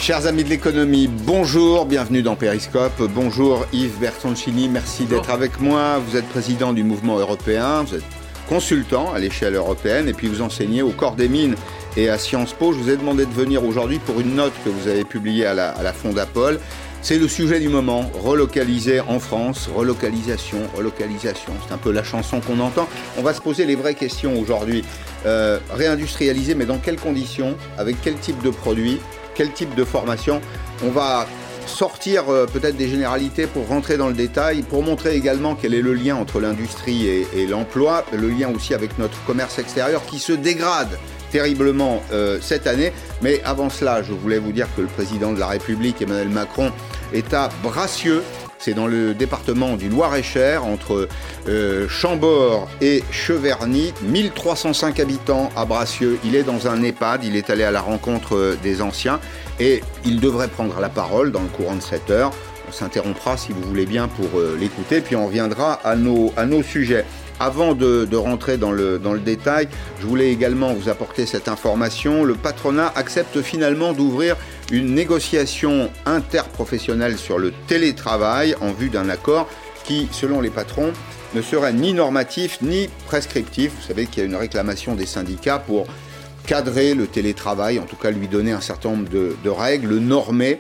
Chers amis de l'économie, bonjour, bienvenue dans Périscope. Bonjour Yves Bertoncini, merci d'être avec moi. Vous êtes président du mouvement européen, vous êtes consultant à l'échelle européenne et puis vous enseignez au Corps des Mines et à Sciences Po. Je vous ai demandé de venir aujourd'hui pour une note que vous avez publiée à la Fondapol. C'est le sujet du moment, relocaliser en France, relocalisation, c'est un peu la chanson qu'on entend. On va se poser les vraies questions aujourd'hui. Réindustrialiser, mais dans quelles conditions, avec quel type de produits, quel type de formation? On va sortir peut-être des généralités pour rentrer dans le détail, pour montrer également quel est le lien entre l'industrie et l'emploi, le lien aussi avec notre commerce extérieur qui se dégrade terriblement cette année. Mais avant cela, je voulais vous dire que le président de la République, Emmanuel Macron, est à Bracieux. C'est dans le département du Loir-et-Cher, entre Chambord et Cheverny. 1305 habitants à Bracieux. Il est dans un EHPAD, il est allé à la rencontre des anciens et il devrait prendre la parole dans le courant de cette heure. On s'interrompra, si vous voulez bien, pour l'écouter, puis on reviendra à nos sujets. Avant de rentrer dans le détail, je voulais également vous apporter cette information. Le patronat accepte finalement d'ouvrir une négociation interprofessionnelle sur le télétravail en vue d'un accord qui, selon les patrons, ne serait ni normatif ni prescriptif. Vous savez qu'il y a une réclamation des syndicats pour cadrer le télétravail, en tout cas lui donner un certain nombre de règles, le normer.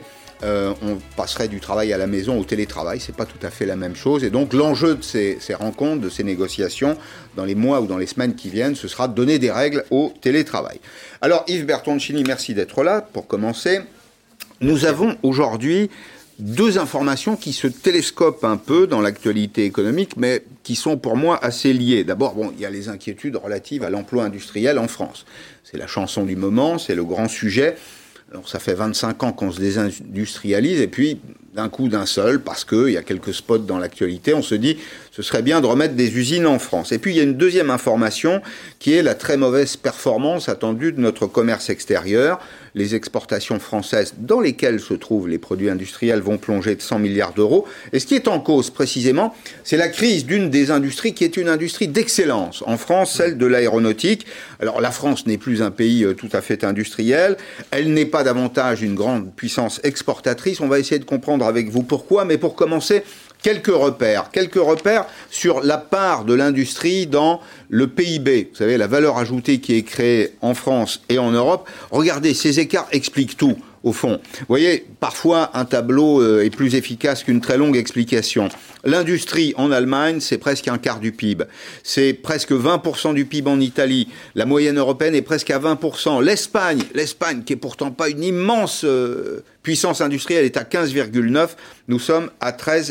On passerait du travail à la maison au télétravail, c'est pas tout à fait la même chose. Et donc l'enjeu de ces rencontres, de ces négociations, dans les mois ou dans les semaines qui viennent, ce sera de donner des règles au télétravail. Alors Yves Bertoncini, merci d'être là. Pour commencer, nous avons aujourd'hui deux informations qui se télescopent un peu dans l'actualité économique, mais qui sont pour moi assez liées. D'abord, il y a les inquiétudes relatives à l'emploi industriel en France. C'est la chanson du moment, c'est le grand sujet. Alors ça fait 25 ans qu'on se désindustrialise et puis d'un coup d'un seul, parce qu'il y a quelques spots dans l'actualité, on se dit ce serait bien de remettre des usines en France. Et puis il y a une deuxième information qui est la très mauvaise performance attendue de notre commerce extérieur. Les exportations françaises dans lesquelles se trouvent les produits industriels vont plonger de 100 milliards d'euros. Et ce qui est en cause précisément, c'est la crise d'une des industries qui est une industrie d'excellence. En France, celle de l'aéronautique. Alors la France n'est plus un pays tout à fait industriel. Elle n'est pas davantage une grande puissance exportatrice. On va essayer de comprendre avec vous pourquoi. Mais pour commencer, quelques repères sur la part de l'industrie dans le PIB. Vous savez, la valeur ajoutée qui est créée en France et en Europe. Regardez, ces écarts expliquent tout, au fond. Vous voyez, parfois, un tableau est plus efficace qu'une très longue explication. L'industrie en Allemagne, c'est presque un quart du PIB. C'est presque 20% du PIB en Italie. La moyenne européenne est presque à 20%. L'Espagne, qui est pourtant pas une immense puissance industrielle, est à 15,9. Nous sommes à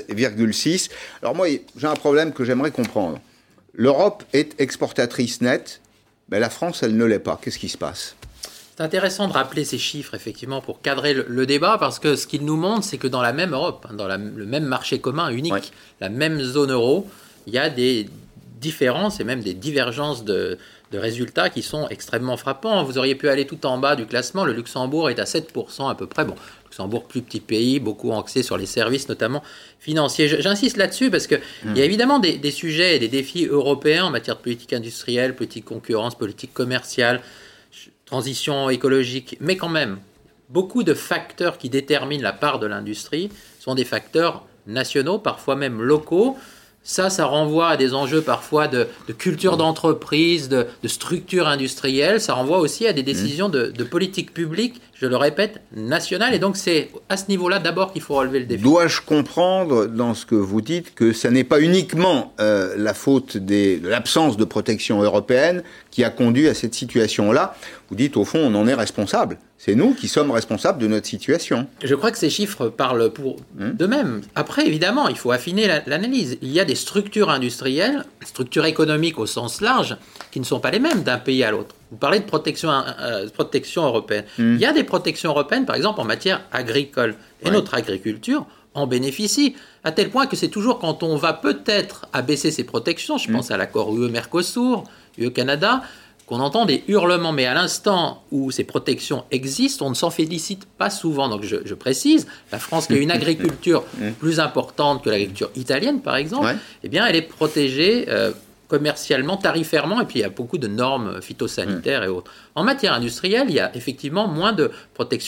13,6. Alors moi, j'ai un problème que j'aimerais comprendre. L'Europe est exportatrice nette, mais la France, elle ne l'est pas. Qu'est-ce qui se passe ? C'est intéressant de rappeler ces chiffres, effectivement, pour cadrer le débat, parce que ce qu'ils nous montrent, c'est que dans la même Europe, dans le même marché commun unique, la même zone euro, il y a des différences et même des divergences de résultats qui sont extrêmement frappants. Vous auriez pu aller tout en bas du classement. Le Luxembourg est à 7% à peu près. Bon, Luxembourg, plus petit pays, beaucoup axé sur les services, notamment financiers. J'insiste là-dessus parce qu'il y a évidemment des sujets et des défis européens en matière de politique industrielle, politique concurrence, politique commerciale, transition écologique, mais quand même, beaucoup de facteurs qui déterminent la part de l'industrie sont des facteurs nationaux, parfois même locaux. Ça renvoie à des enjeux parfois de culture d'entreprise, de structure industrielle. Ça renvoie aussi à des décisions de politique publique, je le répète, nationale. Et donc c'est à ce niveau-là d'abord qu'il faut relever le défi. Dois-je comprendre dans ce que vous dites que ça n'est pas uniquement la faute de l'absence de protection européenne qui a conduit à cette situation-là? Vous dites au fond on en est responsable. C'est nous qui sommes responsables de notre situation. Je crois que ces chiffres parlent pour d'eux-mêmes. Après, évidemment, il faut affiner l'analyse. Il y a des structures industrielles, structures économiques au sens large, qui ne sont pas les mêmes d'un pays à l'autre. Vous parlez de protection européenne. Il y a des protections européennes, par exemple, en matière agricole. Et notre agriculture en bénéficie, à tel point que c'est toujours quand on va peut-être abaisser ces protections, je pense à l'accord UE-Mercosur, UE-Canada, qu'on entend des hurlements, mais à l'instant où ces protections existent, on ne s'en félicite pas souvent. Donc je précise, la France qui a une agriculture plus importante que l'agriculture italienne, par exemple, eh bien, elle est protégée commercialement, tarifairement, et puis il y a beaucoup de normes phytosanitaires et autres. En matière industrielle, il y a effectivement moins de protection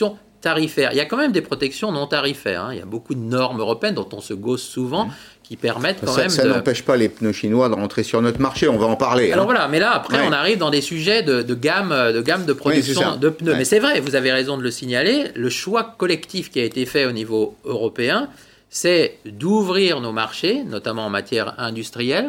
tarifaires. Il y a quand même des protections non tarifaires. Il y a beaucoup de normes européennes dont on se gausse souvent, qui permettent quand même... Ça n'empêche pas les pneus chinois de rentrer sur notre marché, on va en parler. Alors voilà, mais là, après, on arrive dans des sujets de gamme de production de pneus. Mais c'est vrai, vous avez raison de le signaler, le choix collectif qui a été fait au niveau européen, c'est d'ouvrir nos marchés, notamment en matière industrielle,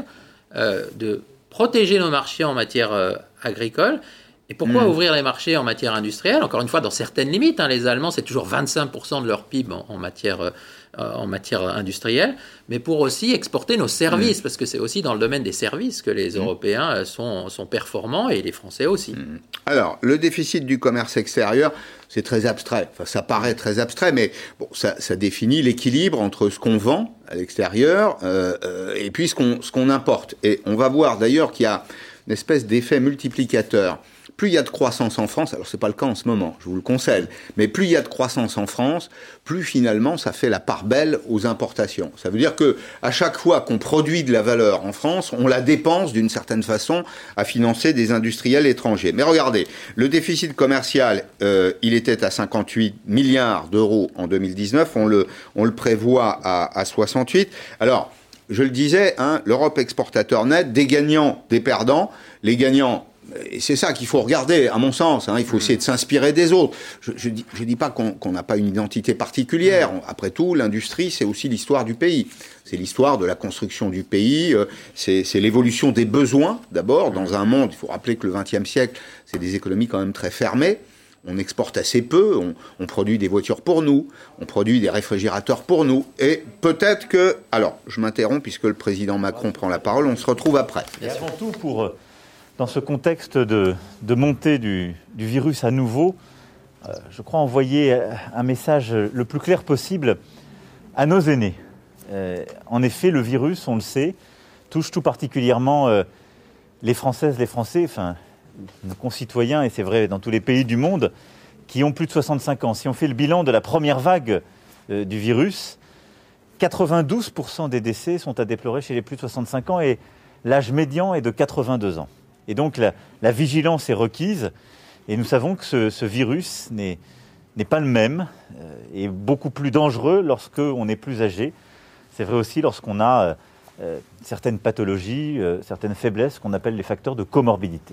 de protéger nos marchés en matière agricole. Et pourquoi ouvrir les marchés en matière industrielle? Encore une fois, dans certaines limites. Les Allemands, c'est toujours 25% de leur PIB en matière industrielle, mais pour aussi exporter nos services, parce que c'est aussi dans le domaine des services que les Européens sont performants, et les Français aussi. Alors, le déficit du commerce extérieur, c'est très abstrait. Enfin, ça paraît très abstrait, mais bon, ça définit l'équilibre entre ce qu'on vend à l'extérieur et puis ce qu'on importe. Et on va voir d'ailleurs qu'il y a une espèce d'effet multiplicateur. Plus il y a de croissance en France, alors c'est pas le cas en ce moment, je vous le conseille, mais plus il y a de croissance en France, plus finalement ça fait la part belle aux importations. Ça veut dire que à chaque fois qu'on produit de la valeur en France, on la dépense d'une certaine façon à financer des industriels étrangers. Mais regardez, le déficit commercial, il était à 58 milliards d'euros en 2019, on le prévoit à 68. Alors, je le disais, l'Europe exportateur net, des gagnants, des perdants, les gagnants. Et c'est ça qu'il faut regarder, à mon sens. Il faut essayer de s'inspirer des autres. Je dis pas qu'on n'a pas une identité particulière. Après tout, l'industrie, c'est aussi l'histoire du pays. C'est l'histoire de la construction du pays. C'est l'évolution des besoins, d'abord. Dans un monde, il faut rappeler que le XXe siècle, c'est des économies quand même très fermées. On exporte assez peu. On produit des voitures pour nous. On produit des réfrigérateurs pour nous. Et peut-être que... Alors, je m'interromps puisque le président Macron prend la parole. On se retrouve après. Et avant tout, dans ce contexte de montée du virus à nouveau, je crois envoyer un message le plus clair possible à nos aînés. En effet, le virus, on le sait, touche tout particulièrement les Françaises, les Français, enfin nos concitoyens, et c'est vrai dans tous les pays du monde, qui ont plus de 65 ans. Si on fait le bilan de la première vague du virus, 92% des décès sont à déplorer chez les plus de 65 ans et l'âge médian est de 82 ans. Et donc la vigilance est requise et nous savons que ce virus n'est pas le même et beaucoup plus dangereux lorsqu'on est plus âgé. C'est vrai aussi lorsqu'on a certaines pathologies, certaines faiblesses qu'on appelle les facteurs de comorbidité.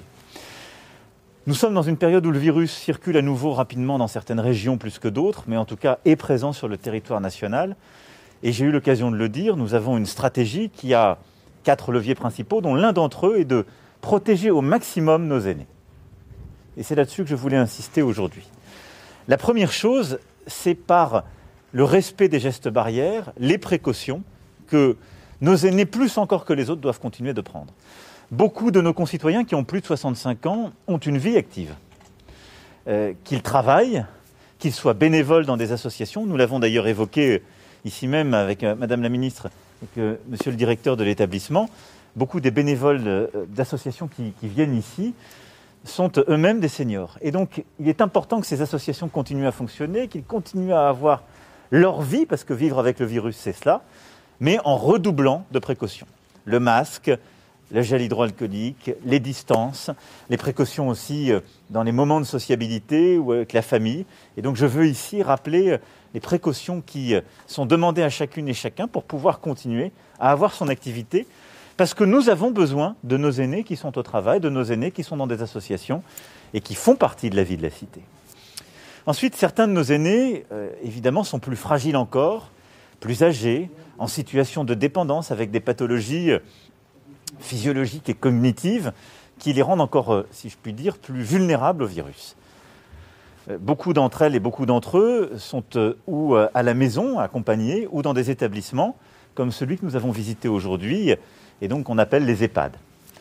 Nous sommes dans une période où le virus circule à nouveau rapidement dans certaines régions plus que d'autres, mais en tout cas est présent sur le territoire national. Et j'ai eu l'occasion de le dire, nous avons une stratégie qui a 4 leviers principaux, dont l'un d'entre eux est de protéger au maximum nos aînés. Et c'est là-dessus que je voulais insister aujourd'hui. La première chose, c'est par le respect des gestes barrières, les précautions que nos aînés, plus encore que les autres, doivent continuer de prendre. Beaucoup de nos concitoyens qui ont plus de 65 ans ont une vie active. Qu'ils travaillent, qu'ils soient bénévoles dans des associations. Nous l'avons d'ailleurs évoqué ici même avec Madame la Ministre et Monsieur le Directeur de l'établissement. Beaucoup des bénévoles d'associations qui viennent ici sont eux-mêmes des seniors. Et donc, il est important que ces associations continuent à fonctionner, qu'ils continuent à avoir leur vie, parce que vivre avec le virus, c'est cela, mais en redoublant de précautions. Le masque, le gel hydroalcoolique, les distances, les précautions aussi dans les moments de sociabilité ou avec la famille. Et donc, je veux ici rappeler les précautions qui sont demandées à chacune et chacun pour pouvoir continuer à avoir son activité. Parce que nous avons besoin de nos aînés qui sont au travail, de nos aînés qui sont dans des associations et qui font partie de la vie de la cité. Ensuite, certains de nos aînés, évidemment, sont plus fragiles encore, plus âgés, en situation de dépendance avec des pathologies physiologiques et cognitives qui les rendent encore, si je puis dire, plus vulnérables au virus. Beaucoup d'entre elles et beaucoup d'entre eux sont ou à la maison, accompagnés, ou dans des établissements comme celui que nous avons visité aujourd'hui, et donc qu'on appelle les EHPAD.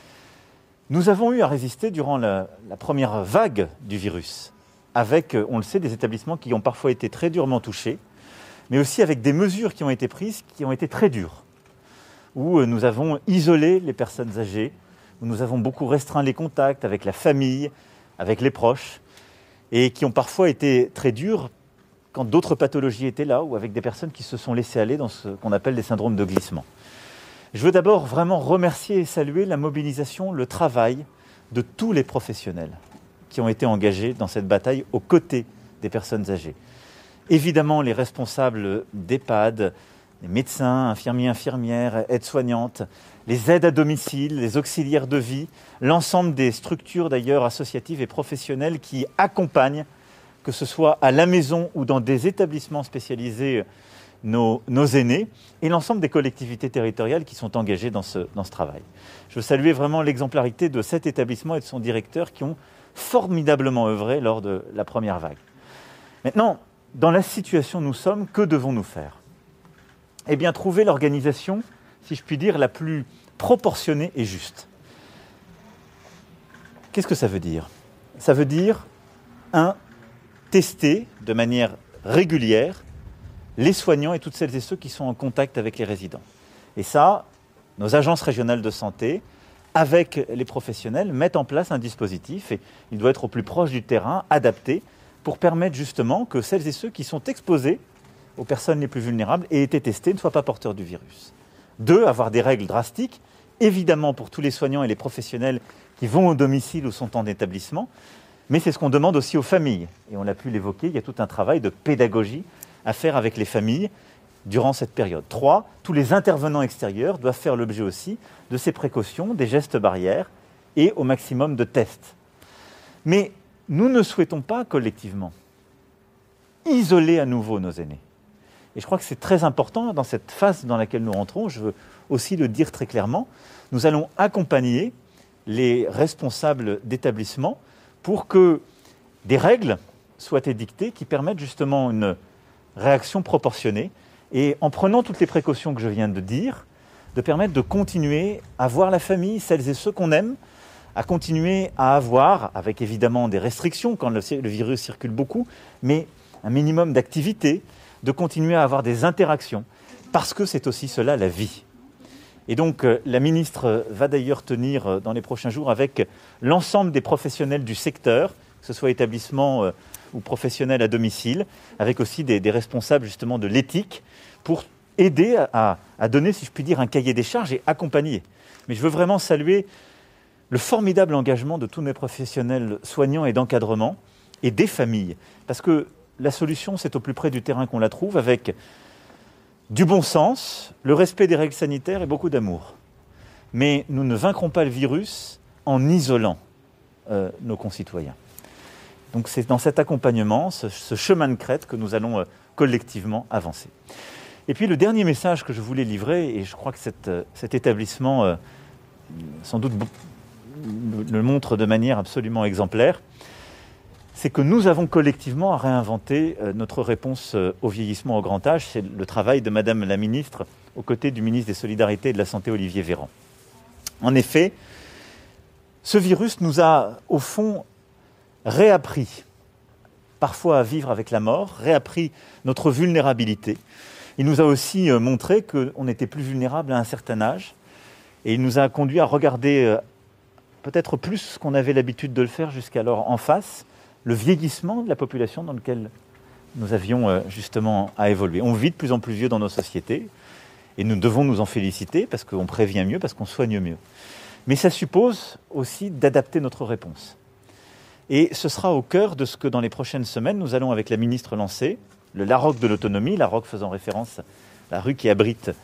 Nous avons eu à résister durant la première vague du virus, avec, on le sait, des établissements qui ont parfois été très durement touchés, mais aussi avec des mesures qui ont été prises, qui ont été très dures, où nous avons isolé les personnes âgées, où nous avons beaucoup restreint les contacts avec la famille, avec les proches, et qui ont parfois été très dures quand d'autres pathologies étaient là, ou avec des personnes qui se sont laissées aller dans ce qu'on appelle des syndromes de glissement. Je veux d'abord vraiment remercier et saluer la mobilisation, le travail de tous les professionnels qui ont été engagés dans cette bataille aux côtés des personnes âgées. évidemment les responsables d'EHPAD, les médecins, infirmiers, infirmières, aides-soignantes, les aides à domicile, les auxiliaires de vie, l'ensemble des structures d'ailleurs associatives et professionnelles qui accompagnent, que ce soit à la maison ou dans des établissements spécialisés, nos aînés, et l'ensemble des collectivités territoriales qui sont engagées dans ce travail. Je veux saluer vraiment l'exemplarité de cet établissement et de son directeur qui ont formidablement œuvré lors de la première vague. Maintenant, dans la situation où nous sommes, que devons-nous faire ? Eh bien, trouver l'organisation, si je puis dire, la plus proportionnée et juste. Qu'est-ce que ça veut dire ? Ça veut dire, tester de manière régulière les soignants et toutes celles et ceux qui sont en contact avec les résidents. Et ça, nos agences régionales de santé, avec les professionnels, mettent en place un dispositif et il doit être au plus proche du terrain, adapté, pour permettre justement que celles et ceux qui sont exposés aux personnes les plus vulnérables aient été testés ne soient pas porteurs du virus. 2, avoir des règles drastiques, évidemment pour tous les soignants et les professionnels qui vont au domicile ou sont en établissement, mais c'est ce qu'on demande aussi aux familles. Et on l'a pu l'évoquer, il y a tout un travail de pédagogie à faire avec les familles durant cette période. 3, tous les intervenants extérieurs doivent faire l'objet aussi de ces précautions, des gestes barrières et au maximum de tests. Mais nous ne souhaitons pas collectivement isoler à nouveau nos aînés. Et je crois que c'est très important dans cette phase dans laquelle nous rentrons, je veux aussi le dire très clairement, nous allons accompagner les responsables d'établissements pour que des règles soient édictées qui permettent justement une réaction proportionnée et en prenant toutes les précautions que je viens de dire, de permettre de continuer à voir la famille, celles et ceux qu'on aime, à continuer à avoir, avec évidemment des restrictions quand le virus circule beaucoup, mais un minimum d'activité, de continuer à avoir des interactions, parce que c'est aussi cela la vie. Et donc la ministre va d'ailleurs tenir dans les prochains jours avec l'ensemble des professionnels du secteur, que ce soit établissement ou professionnels à domicile, avec aussi des responsables justement de l'éthique, pour aider à donner, si je puis dire, un cahier des charges et accompagner. Mais je veux vraiment saluer le formidable engagement de tous mes professionnels soignants et d'encadrement et des familles. Parce que la solution, c'est au plus près du terrain qu'on la trouve, avec du bon sens, le respect des règles sanitaires et beaucoup d'amour. Mais nous ne vaincrons pas le virus en isolant nos concitoyens. Donc c'est dans cet accompagnement, ce chemin de crête que nous allons collectivement avancer. Et puis le dernier message que je voulais livrer, et je crois que cet établissement sans doute le montre de manière absolument exemplaire, c'est que nous avons collectivement à réinventer notre réponse au vieillissement au grand âge. C'est le travail de Madame la Ministre, aux côtés du ministre des Solidarités et de la Santé, Olivier Véran. En effet, ce virus nous a, au fond, réappris, parfois à vivre avec la mort, réappris notre vulnérabilité. Il nous a aussi montré qu'on était plus vulnérable à un certain âge, et il nous a conduit à regarder peut-être plus qu'on avait l'habitude de le faire jusqu'alors en face, le vieillissement de la population dans lequel nous avions justement à évoluer. On vit de plus en plus vieux dans nos sociétés, et nous devons nous en féliciter parce qu'on prévient mieux, parce qu'on soigne mieux. Mais ça suppose aussi d'adapter notre réponse. Et ce sera au cœur de ce que dans les prochaines semaines, nous allons avec la ministre lancer, le LAROC de l'autonomie, LAROC faisant référence à la rue qui abrite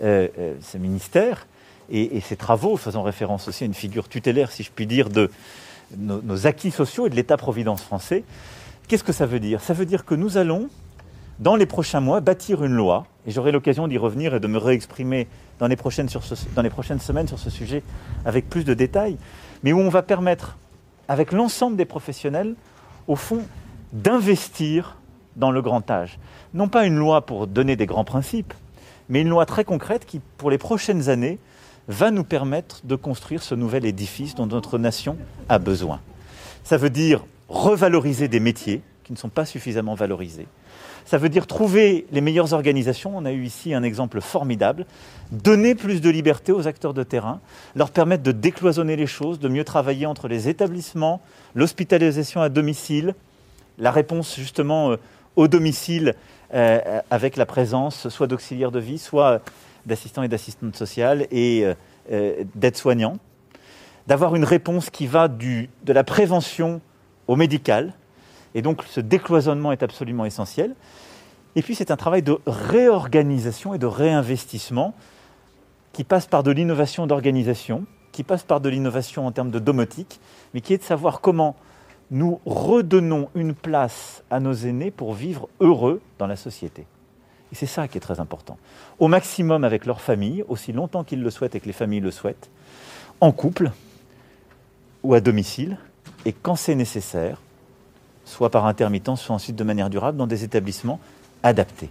ce ministère, et ses travaux faisant référence aussi à une figure tutélaire, si je puis dire, de nos acquis sociaux et de l'État-providence français. Qu'est-ce que ça veut dire ? Ça veut dire que nous allons, dans les prochains mois, bâtir une loi, et j'aurai l'occasion d'y revenir et de me réexprimer dans les prochaines semaines sur ce sujet avec plus de détails, mais où on va permettre, avec l'ensemble des professionnels, au fond, d'investir dans le grand âge. Non pas une loi pour donner des grands principes, mais une loi très concrète qui, pour les prochaines années, va nous permettre de construire ce nouvel édifice dont notre nation a besoin. Ça veut dire revaloriser des métiers qui ne sont pas suffisamment valorisés. Ça veut dire trouver les meilleures organisations. On a eu ici un exemple formidable. Donner plus de liberté aux acteurs de terrain, leur permettre de décloisonner les choses, de mieux travailler entre les établissements, l'hospitalisation à domicile, la réponse justement au domicile avec la présence soit d'auxiliaires de vie, soit d'assistants et d'assistantes sociales et d'aides-soignants, d'avoir une réponse qui va de la prévention au médical, et donc ce décloisonnement est absolument essentiel. Et puis c'est un travail de réorganisation et de réinvestissement qui passe par de l'innovation d'organisation, qui passe par de l'innovation en termes de domotique, mais qui est de savoir comment nous redonnons une place à nos aînés pour vivre heureux dans la société. Et c'est ça qui est très important. Au maximum avec leur famille, aussi longtemps qu'ils le souhaitent et que les familles le souhaitent, en couple ou à domicile, et quand c'est nécessaire, soit par intermittence, soit ensuite de manière durable, dans des établissements adaptés.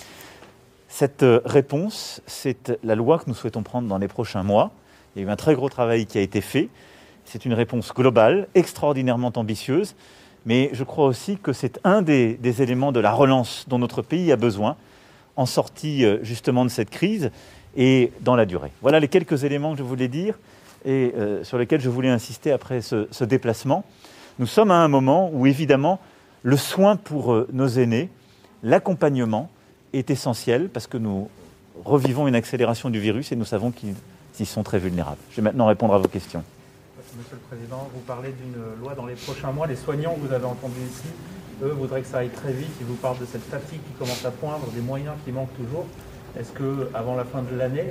Cette réponse, c'est la loi que nous souhaitons prendre dans les prochains mois. Il y a eu un très gros travail qui a été fait. C'est une réponse globale, extraordinairement ambitieuse, mais je crois aussi que c'est un des éléments de la relance dont notre pays a besoin, en sortie justement de cette crise et dans la durée. Voilà les quelques éléments que je voulais dire et sur lesquels je voulais insister après ce déplacement. Nous sommes à un moment où, évidemment, le soin pour nos aînés, l'accompagnement est essentiel parce que nous revivons une accélération du virus et nous savons qu'ils y sont très vulnérables. Je vais maintenant répondre à vos questions. Monsieur le Président, vous parlez d'une loi dans les prochains mois. Les soignants que vous avez entendus ici, eux, voudraient que ça aille très vite. Ils vous parlent de cette fatigue qui commence à poindre, des moyens qui manquent toujours. Est-ce qu'avant la fin de l'année,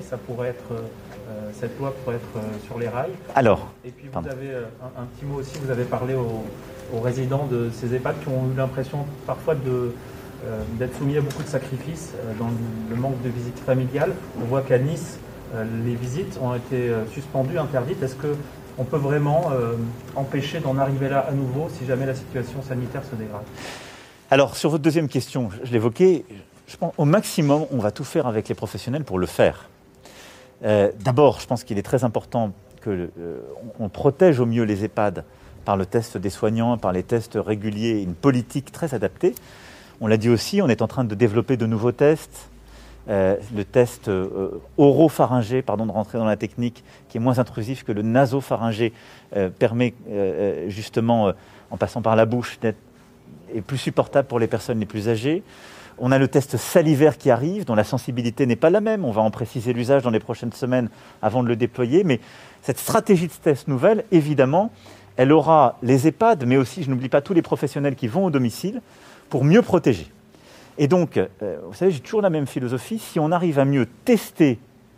cette loi pourrait être sur les rails? Alors, et puis vous avez un petit mot aussi, vous avez parlé aux résidents de ces EHPAD qui ont eu l'impression parfois d'être soumis à beaucoup de sacrifices dans le manque de visites familiales. On voit qu'à Nice, les visites ont été suspendues, interdites. Est-ce qu'on peut vraiment empêcher d'en arriver là à nouveau si jamais la situation sanitaire se dégrade? Alors, sur votre deuxième question, je l'évoquais, je pense au maximum, on va tout faire avec les professionnels pour le faire. D'abord, je pense qu'il est très important qu'on protège au mieux les EHPAD par le test des soignants, par les tests réguliers, une politique très adaptée. On l'a dit aussi, on est en train de développer de nouveaux tests. Le test oropharyngé, pardon de rentrer dans la technique, qui est moins intrusif que le nasopharyngé, permet justement, en passant par la bouche, d'être plus supportable pour les personnes les plus âgées. On a le test salivaire qui arrive, dont la sensibilité n'est pas la même. On va en préciser l'usage dans les prochaines semaines avant de le déployer. Mais cette stratégie de test nouvelle, évidemment, elle aura les EHPAD, mais aussi, je n'oublie pas, tous les professionnels qui vont au domicile pour mieux protéger. Et donc, vous savez, j'ai toujours la même philosophie. Si on arrive à mieux tester,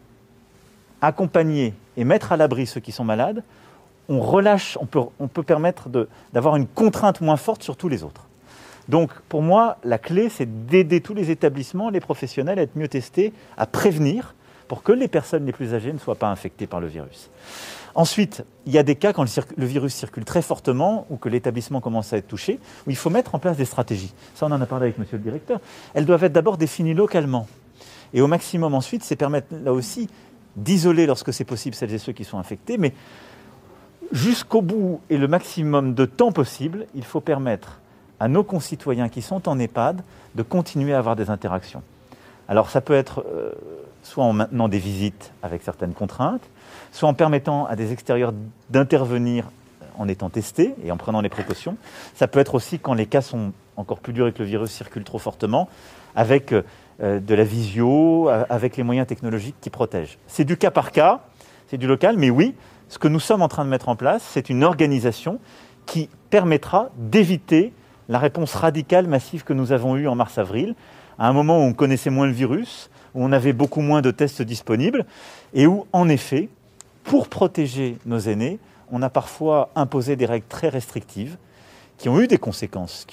accompagner et mettre à l'abri ceux qui sont malades, on relâche, on peut permettre d'avoir une contrainte moins forte sur tous les autres. Donc, pour moi, la clé, c'est d'aider tous les établissements, les professionnels à être mieux testés, à prévenir pour que les personnes les plus âgées ne soient pas infectées par le virus. Ensuite, il y a des cas quand le virus circule très fortement ou que l'établissement commence à être touché, où il faut mettre en place des stratégies. Ça, on en a parlé avec monsieur le directeur. Elles doivent être d'abord définies localement. Et au maximum ensuite, c'est permettre là aussi d'isoler lorsque c'est possible celles et ceux qui sont infectés, mais jusqu'au bout et le maximum de temps possible, il faut permettre à nos concitoyens qui sont en EHPAD de continuer à avoir des interactions. Alors ça peut être soit en maintenant des visites avec certaines contraintes, soit en permettant à des extérieurs d'intervenir en étant testés et en prenant les précautions. Ça peut être aussi quand les cas sont encore plus durs et que le virus circule trop fortement, avec de la visio, avec les moyens technologiques qui protègent. C'est du cas par cas, c'est du local, mais oui, ce que nous sommes en train de mettre en place, c'est une organisation qui permettra d'éviter la réponse radicale massive que nous avons eue en mars-avril, à un moment où on connaissait moins le virus, où on avait beaucoup moins de tests disponibles, et où, en effet, pour protéger nos aînés, on a parfois imposé des règles très restrictives qui ont eu des conséquences,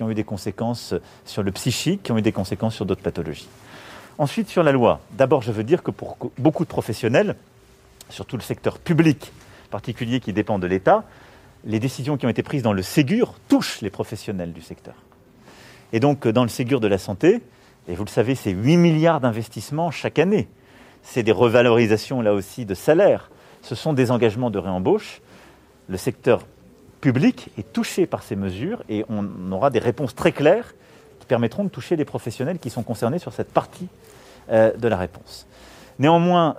sur le psychique, qui ont eu des conséquences sur d'autres pathologies. Ensuite, sur la loi, d'abord, je veux dire que pour beaucoup de professionnels, surtout le secteur public, particulier qui dépend de l'État, les décisions qui ont été prises dans le Ségur touchent les professionnels du secteur. Et donc, dans le Ségur de la santé, et vous le savez, c'est 8 milliards d'investissements chaque année. C'est des revalorisations, là aussi, de salaires. Ce sont des engagements de réembauche. Le secteur public est touché par ces mesures et on aura des réponses très claires qui permettront de toucher les professionnels qui sont concernés sur cette partie de la réponse. Néanmoins,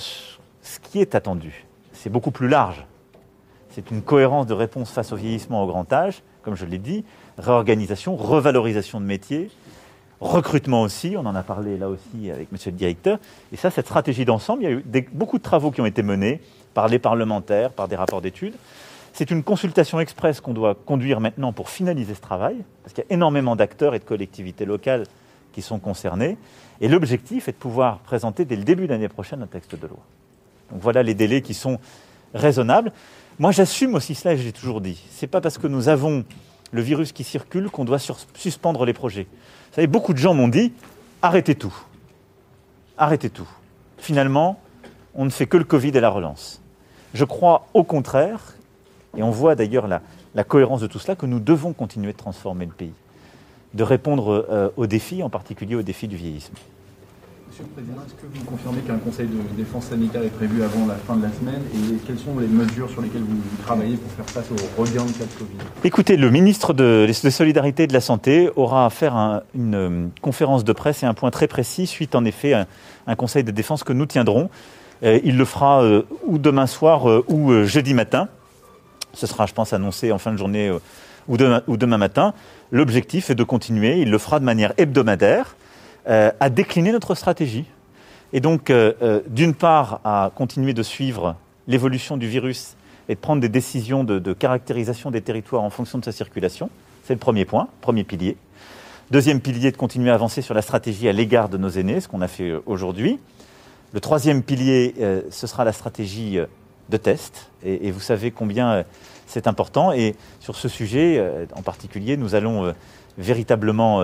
ce qui est attendu, c'est beaucoup plus large. C'est une cohérence de réponse face au vieillissement au grand âge, comme je l'ai dit, réorganisation, revalorisation de métiers, recrutement aussi, on en a parlé là aussi avec monsieur le directeur. Et ça, cette stratégie d'ensemble, il y a eu beaucoup de travaux qui ont été menés par les parlementaires, par des rapports d'études. C'est une consultation express qu'on doit conduire maintenant pour finaliser ce travail, parce qu'il y a énormément d'acteurs et de collectivités locales qui sont concernés. Et l'objectif est de pouvoir présenter dès le début de l'année prochaine un texte de loi. Donc voilà les délais qui sont raisonnables. Moi, j'assume aussi cela, et j'ai toujours dit. Ce n'est pas parce que nous avons le virus qui circule qu'on doit suspendre les projets. Vous savez, beaucoup de gens m'ont dit « arrêtez tout ». Arrêtez tout. Finalement, on ne fait que le Covid et la relance. Je crois au contraire, et on voit d'ailleurs la cohérence de tout cela, que nous devons continuer de transformer le pays, de répondre aux défis, en particulier aux défis du vieillissement. Monsieur le Président, est-ce que vous confirmez qu'un conseil de défense sanitaire est prévu avant la fin de la semaine et quelles sont les mesures sur lesquelles vous travaillez pour faire face au regain de cas de Covid ? Écoutez, le ministre des Solidarités et de la Santé aura à faire une conférence de presse et un point très précis suite en effet à un conseil de défense que nous tiendrons. Il le fera ou demain soir ou jeudi matin. Ce sera, je pense, annoncé en fin de journée ou demain matin. L'objectif est de continuer, il le fera de manière hebdomadaire, à décliner notre stratégie. Et donc, d'une part, à continuer de suivre l'évolution du virus et de prendre des décisions de caractérisation des territoires en fonction de sa circulation. C'est le premier point, premier pilier. Deuxième pilier, de continuer à avancer sur la stratégie à l'égard de nos aînés, ce qu'on a fait aujourd'hui. Le troisième pilier, ce sera la stratégie de test. Et vous savez combien c'est important. Et sur ce sujet, en particulier, nous allons véritablement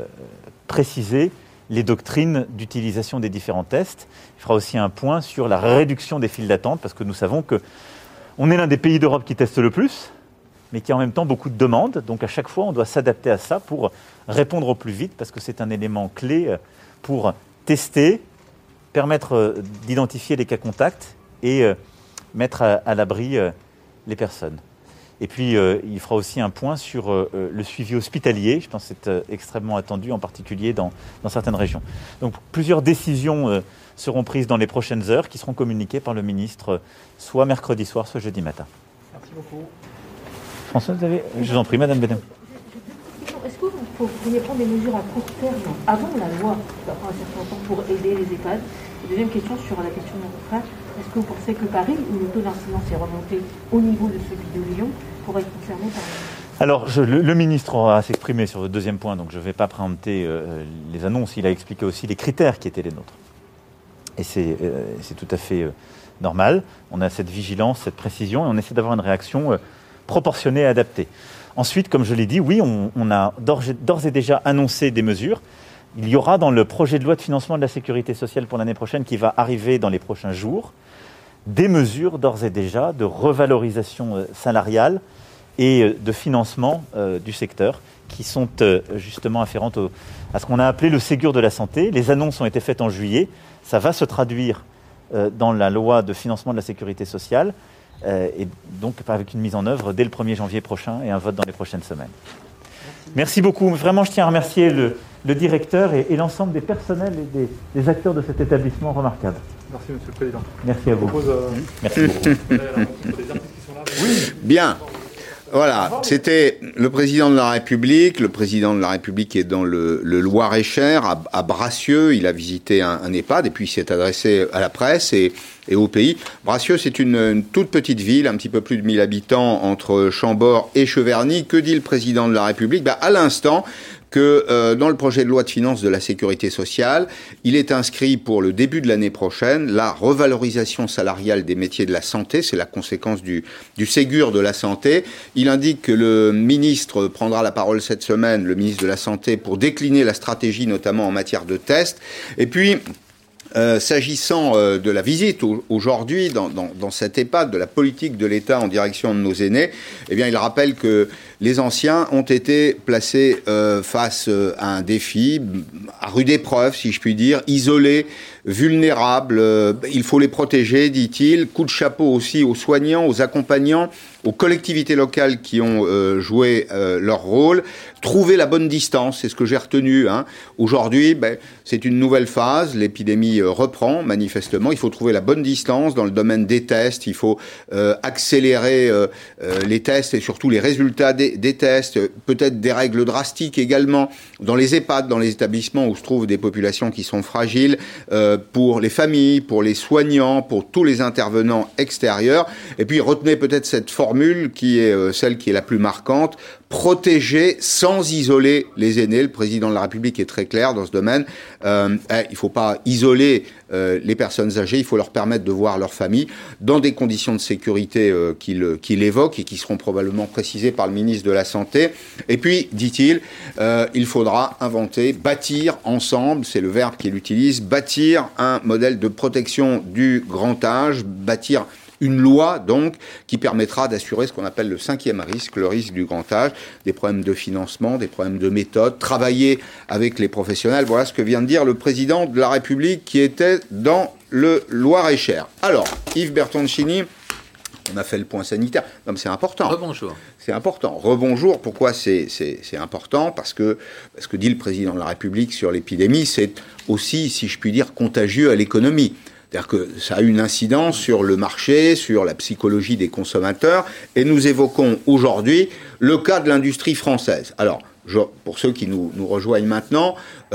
préciser les doctrines d'utilisation des différents tests. Il fera aussi un point sur la réduction des files d'attente, parce que nous savons qu'on est l'un des pays d'Europe qui teste le plus, mais qui a en même temps beaucoup de demandes. Donc à chaque fois, on doit s'adapter à ça pour répondre au plus vite, parce que c'est un élément clé pour tester, permettre d'identifier les cas contacts et mettre à l'abri les personnes. Et puis, il fera aussi un point sur le suivi hospitalier. Je pense que c'est extrêmement attendu, en particulier dans certaines régions. Donc, plusieurs décisions seront prises dans les prochaines heures, qui seront communiquées par le ministre, soit mercredi soir, soit jeudi matin. Merci beaucoup. François, je vous en prie, Madame Bédem. Est-ce que vous pourriez prendre des mesures à court terme, avant la loi, qui va prendre un certain temps, pour aider les EHPAD ? Et deuxième question sur la question de mon frère, est-ce que vous pensez que Paris, où le taux d'incidence est remonté au niveau de celui de Lyon, pourrait être concerné par... Alors, le ministre aura à s'exprimer sur le deuxième point, donc je ne vais pas préempter les annonces. Il a expliqué aussi les critères qui étaient les nôtres. Et c'est tout à fait normal. On a cette vigilance, cette précision, et on essaie d'avoir une réaction proportionnée et adaptée. Ensuite, comme je l'ai dit, oui, on a d'ores et déjà annoncé des mesures. Il y aura dans le projet de loi de financement de la sécurité sociale pour l'année prochaine, qui va arriver dans les prochains jours, des mesures d'ores et déjà de revalorisation salariale et de financement du secteur, qui sont justement afférentes à ce qu'on a appelé le Ségur de la santé. Les annonces ont été faites en juillet. Ça va se traduire dans la loi de financement de la sécurité sociale, et donc avec une mise en œuvre dès le 1er janvier prochain et un vote dans les prochaines semaines. Merci beaucoup. Vraiment, je tiens à remercier le directeur et l'ensemble des personnels et des acteurs de cet établissement remarquable. Merci, Monsieur le Président. Merci à vous. Merci beaucoup. Oui, bien. Voilà, c'était le président de la République. Le président de la République est dans le Loir-et-Cher, à Bracieux. Il a visité un EHPAD et puis il s'est adressé à la presse et au pays. Bracieux, c'est une toute petite ville, un petit peu plus de 1000 habitants, entre Chambord et Cheverny. Que dit le président de la République ? À l'instant, que dans le projet de loi de finances de la sécurité sociale, il est inscrit pour le début de l'année prochaine la revalorisation salariale des métiers de la santé. C'est la conséquence du Ségur de la santé. Il indique que le ministre prendra la parole cette semaine, le ministre de la Santé, pour décliner la stratégie, notamment en matière de tests. Et puis, s'agissant de la visite aujourd'hui dans cet EHPAD, de la politique de l'État en direction de nos aînés, eh bien, il rappelle que les anciens ont été placés face à un défi, à rude épreuve, si je puis dire, isolés, vulnérables. Il faut les protéger, dit-il. Coup de chapeau aussi aux soignants, aux accompagnants, aux collectivités locales qui ont joué leur rôle. Trouver la bonne distance, c'est ce que j'ai retenu. Aujourd'hui, c'est une nouvelle phase. L'épidémie reprend, manifestement. Il faut trouver la bonne distance dans le domaine des tests. Il faut accélérer les tests et surtout les résultats des tests. Peut-être des règles drastiques également dans les EHPAD, dans les établissements où se trouvent des populations qui sont fragiles. pour les familles, pour les soignants, pour tous les intervenants extérieurs. Et puis retenez peut-être cette formule qui est celle qui est la plus marquante, protéger sans isoler les aînés. Le président de la République est très clair dans ce domaine. Il ne faut pas isoler les personnes âgées, il faut leur permettre de voir leur famille dans des conditions de sécurité qu'il évoque et qui seront probablement précisées par le ministre de la Santé. Et puis, dit-il, il faudra inventer, bâtir ensemble, c'est le verbe qu'il utilise, bâtir un modèle de protection du grand âge, bâtir une loi, donc, qui permettra d'assurer ce qu'on appelle le 5e risque, le risque du grand âge, des problèmes de financement, des problèmes de méthode, travailler avec les professionnels. Voilà ce que vient de dire le président de la République qui était dans le Loir-et-Cher. Alors, Yves Bertoncini, on a fait le point sanitaire. Non, mais c'est important. Rebonjour. C'est important. Rebonjour. Pourquoi c'est important ? Parce que dit le président de la République sur l'épidémie, c'est aussi, si je puis dire, contagieux à l'économie. C'est-à-dire que ça a une incidence sur le marché, sur la psychologie des consommateurs. Et nous évoquons aujourd'hui le cas de l'industrie française. Alors, pour ceux qui nous rejoignent maintenant,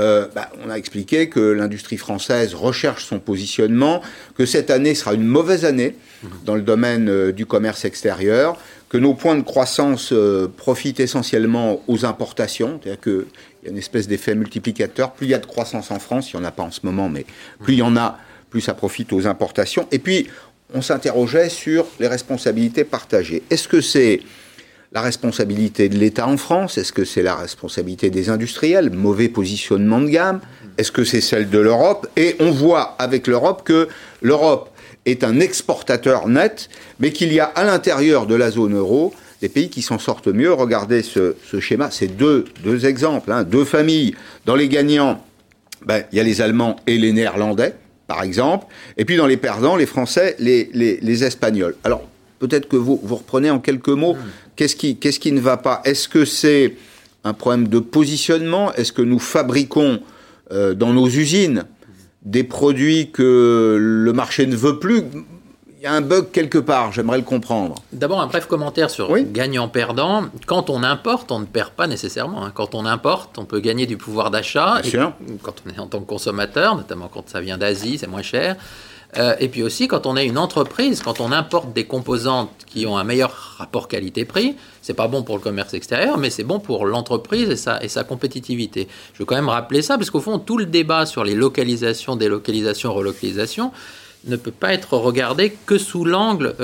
on a expliqué que l'industrie française recherche son positionnement, que cette année sera une mauvaise année dans le domaine du commerce extérieur, que nos points de croissance profitent essentiellement aux importations, c'est-à-dire qu'il y a une espèce d'effet multiplicateur. Plus il y a de croissance en France, il n'y en a pas en ce moment, mais plus il y en a, plus ça profite aux importations. Et puis, on s'interrogeait sur les responsabilités partagées. Est-ce que c'est la responsabilité de l'État en France? Est-ce que c'est la responsabilité des industriels? Mauvais positionnement de gamme? Est-ce que c'est celle de l'Europe? Et on voit avec l'Europe que l'Europe est un exportateur net, mais qu'il y a à l'intérieur de la zone euro des pays qui s'en sortent mieux. Regardez ce schéma, c'est deux exemples, deux familles. Dans les gagnants, il y a les Allemands et les Néerlandais, par exemple, et puis dans les perdants, les Français, les Espagnols. Alors, peut-être que vous reprenez en quelques mots, qu'est-ce qui ne va pas? Est-ce que c'est un problème de positionnement? Est-ce que nous fabriquons dans nos usines des produits que le marché ne veut plus? Il y a un bug quelque part, j'aimerais le comprendre. D'abord, un bref commentaire sur gagnant-perdant. Quand on importe, on ne perd pas nécessairement. Quand on importe, on peut gagner du pouvoir d'achat. Bien sûr. Quand on est en tant que consommateur, notamment quand ça vient d'Asie, c'est moins cher. Et puis aussi, quand on est une entreprise, quand on importe des composantes qui ont un meilleur rapport qualité-prix, c'est pas bon pour le commerce extérieur, mais c'est bon pour l'entreprise et sa compétitivité. Je veux quand même rappeler ça, parce qu'au fond, tout le débat sur les localisations, délocalisations, relocalisations, ne peut pas être regardé que sous l'angle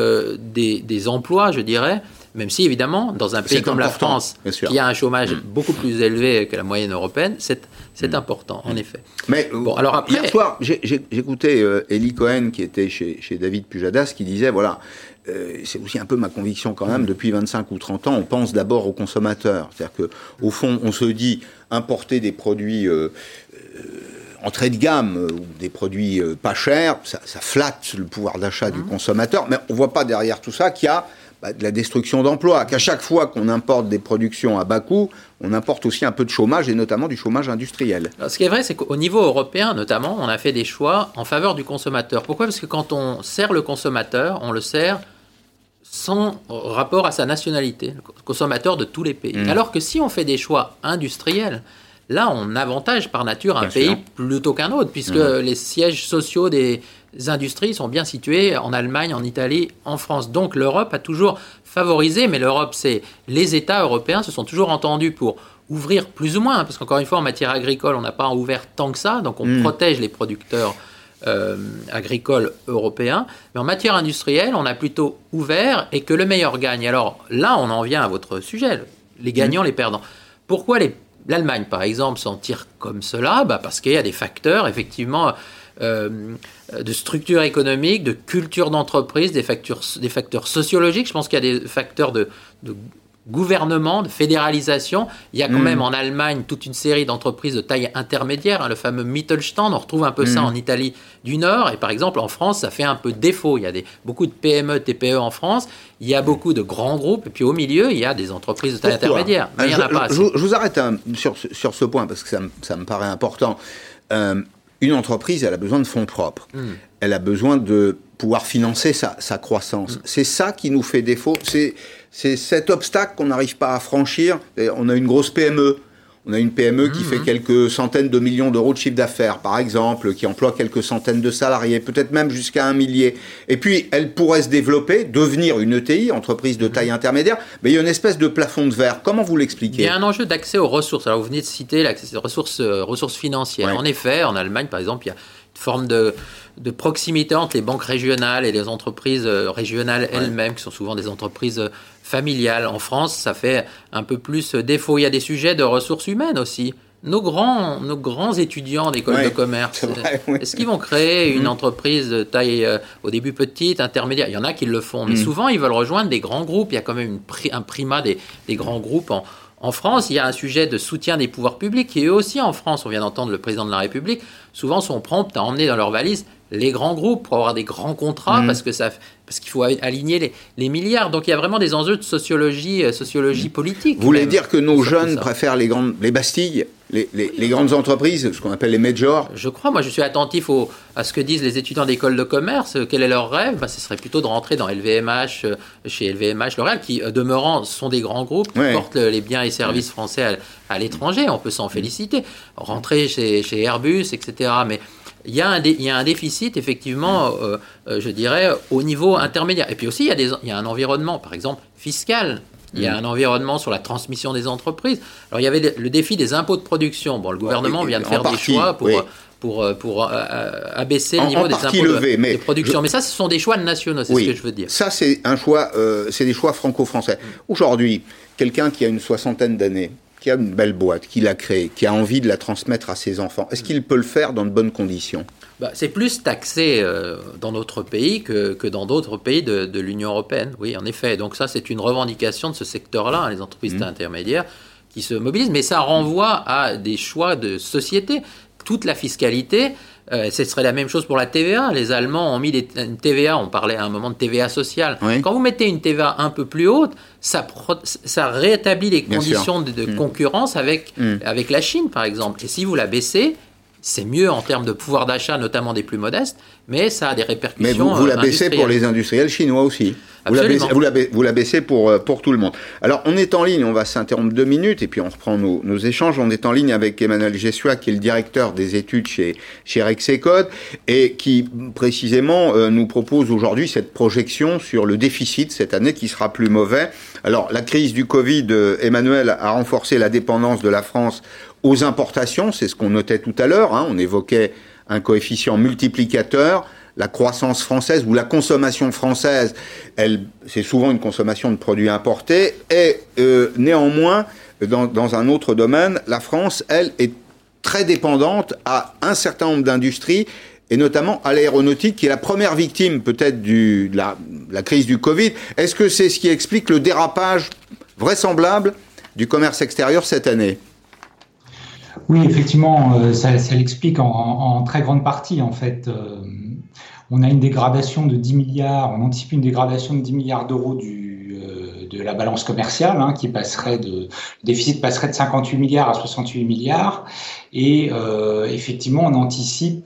des emplois, je dirais, même si, évidemment, dans un pays comme la France, qui a un chômage beaucoup plus élevé que la moyenne européenne, c'est important, en effet. Mais bon, alors après, hier soir, j'écoutais Eli Cohen, qui était chez David Pujadas, qui disait, voilà, c'est aussi un peu ma conviction quand même, depuis 25 ou 30 ans, on pense d'abord aux consommateurs. C'est-à-dire qu'au fond, on se dit, importer des produits entrée de gamme ou des produits pas chers, ça flatte le pouvoir d'achat du consommateur, mais on ne voit pas derrière tout ça qu'il y a de la destruction d'emplois, qu'à chaque fois qu'on importe des productions à bas coût, on importe aussi un peu de chômage, et notamment du chômage industriel. Alors, ce qui est vrai, c'est qu'au niveau européen, notamment, on a fait des choix en faveur du consommateur. Pourquoi ? Parce que quand on sert le consommateur, on le sert sans rapport à sa nationalité, le consommateur de tous les pays. Alors que si on fait des choix industriels, là, on avantage par nature un pays plutôt qu'un autre, puisque les sièges sociaux des industries sont bien situés en Allemagne, en Italie, en France. Donc l'Europe a toujours favorisé, mais l'Europe, c'est les États européens se sont toujours entendus pour ouvrir plus ou moins, parce qu'encore une fois, en matière agricole, on n'a pas ouvert tant que ça, donc on protège les producteurs agricoles européens. Mais en matière industrielle, on a plutôt ouvert et que le meilleur gagne. Alors là, on en vient à votre sujet, les gagnants, les perdants. Pourquoi l'Allemagne, par exemple, s'en tire comme cela? Parce qu'il y a des facteurs, effectivement, de structure économique, de culture d'entreprise, des facteurs sociologiques. Je pense qu'il y a des facteurs de gouvernement, de fédéralisation. Il y a quand même en Allemagne toute une série d'entreprises de taille intermédiaire, le fameux Mittelstand. On retrouve un peu ça en Italie du Nord. Et par exemple, en France, ça fait un peu défaut. Il y a beaucoup de PME, TPE en France. Il y a beaucoup de grands groupes. Et puis au milieu, il y a des entreprises de taille intermédiaire. Mais il n'y en a pas assez. Je vous arrête sur ce point, parce que ça me paraît important. Une entreprise, elle a besoin de fonds propres. Elle a besoin de pouvoir financer sa croissance. C'est ça qui nous fait défaut. C'est cet obstacle qu'on n'arrive pas à franchir. On a une grosse PME. On a une PME qui fait quelques centaines de millions d'euros de chiffre d'affaires, par exemple, qui emploie quelques centaines de salariés, peut-être même jusqu'à 1 millier. Et puis, elle pourrait se développer, devenir une ETI, entreprise de taille intermédiaire, mais il y a une espèce de plafond de verre. Comment vous l'expliquez ? Il y a un enjeu d'accès aux ressources. Alors, vous venez de citer les ressources financières. Ouais. En effet, en Allemagne, par exemple, il y a une forme de proximité entre les banques régionales et les entreprises régionales elles-mêmes, qui sont souvent des entreprises familiales. En France, ça fait un peu plus défaut. Il y a des sujets de ressources humaines aussi. Nos grands étudiants d'école de commerce, est-ce qu'ils vont créer une entreprise de taille au début petite, intermédiaire ? Il y en a qui le font, mais souvent ils veulent rejoindre des grands groupes. Il y a quand même un primat des grands groupes. En France, il y a un sujet de soutien des pouvoirs publics qui, eux aussi, en France, on vient d'entendre le président de la République, souvent sont prompts à emmener dans leur valise les grands groupes pour avoir des grands contrats parce qu'il faut aligner les milliards. Donc il y a vraiment des enjeux de sociologie politique. Vous voulez dire que nos jeunes préfèrent les bastilles, les grandes entreprises, ce qu'on appelle les majors ? Je crois, moi je suis attentif à ce que disent les étudiants d'école de commerce. Quel est leur rêve ? Ce serait plutôt de rentrer dans LVMH, chez LVMH, L'Oréal, qui demeurant sont des grands groupes qui portent les biens et services français à l'étranger. On peut s'en féliciter. Rentrer chez Airbus, etc. Mais il y a un déficit, effectivement, je dirais, au niveau intermédiaire. Et puis aussi, il y a un environnement, par exemple, fiscal. Il y a un environnement sur la transmission des entreprises. Alors, il y avait le défi des impôts de production. Bon, le gouvernement vient de faire des choix pour abaisser le niveau des impôts de production. Mais ça, ce sont des choix nationaux, c'est ce que je veux dire. Ça, c'est un choix, c'est des choix franco-français. Aujourd'hui, quelqu'un qui a une soixantaine d'années, qui a une belle boîte, qui l'a créée, qui a envie de la transmettre à ses enfants, est-ce qu'il peut le faire dans de bonnes conditions ? C'est plus taxé dans notre pays que dans d'autres pays de l'Union européenne, oui, en effet. Donc ça, c'est une revendication de ce secteur-là, les entreprises intermédiaires qui se mobilisent. Mais ça renvoie à des choix de société. Toute la fiscalité, ce serait la même chose pour la TVA. Les Allemands ont mis une TVA, on parlait à un moment de TVA sociale. Oui. Quand vous mettez une TVA un peu plus haute, ça rétablit les conditions de concurrence avec la Chine, par exemple. Et si vous la baissez, c'est mieux en termes de pouvoir d'achat, notamment des plus modestes, mais ça a des répercussions. Mais vous la baissez pour les industriels chinois aussi. Vous la baissez pour tout le monde. Alors, on est en ligne, on va s'interrompre 2 minutes et puis on reprend nos échanges. On est en ligne avec Emmanuel Jessua, qui est le directeur des études chez Rexecode et qui, précisément, nous propose aujourd'hui cette projection sur le déficit cette année qui sera plus mauvais. Alors, la crise du Covid, Emmanuel, a renforcé la dépendance de la France aux importations, c'est ce qu'on notait tout à l'heure, on évoquait un coefficient multiplicateur. La croissance française ou la consommation française, c'est souvent une consommation de produits importés. Et néanmoins, dans un autre domaine, la France, elle, est très dépendante à un certain nombre d'industries, et notamment à l'aéronautique, qui est la première victime peut-être de la crise du Covid. Est-ce que c'est ce qui explique le dérapage vraisemblable du commerce extérieur cette année ? Oui, effectivement, ça l'explique en très grande partie, en fait. On a une dégradation de 10 milliards, on anticipe une dégradation de 10 milliards d'euros de la balance commerciale, le déficit passerait de 58 milliards à 68 milliards. Et effectivement, on anticipe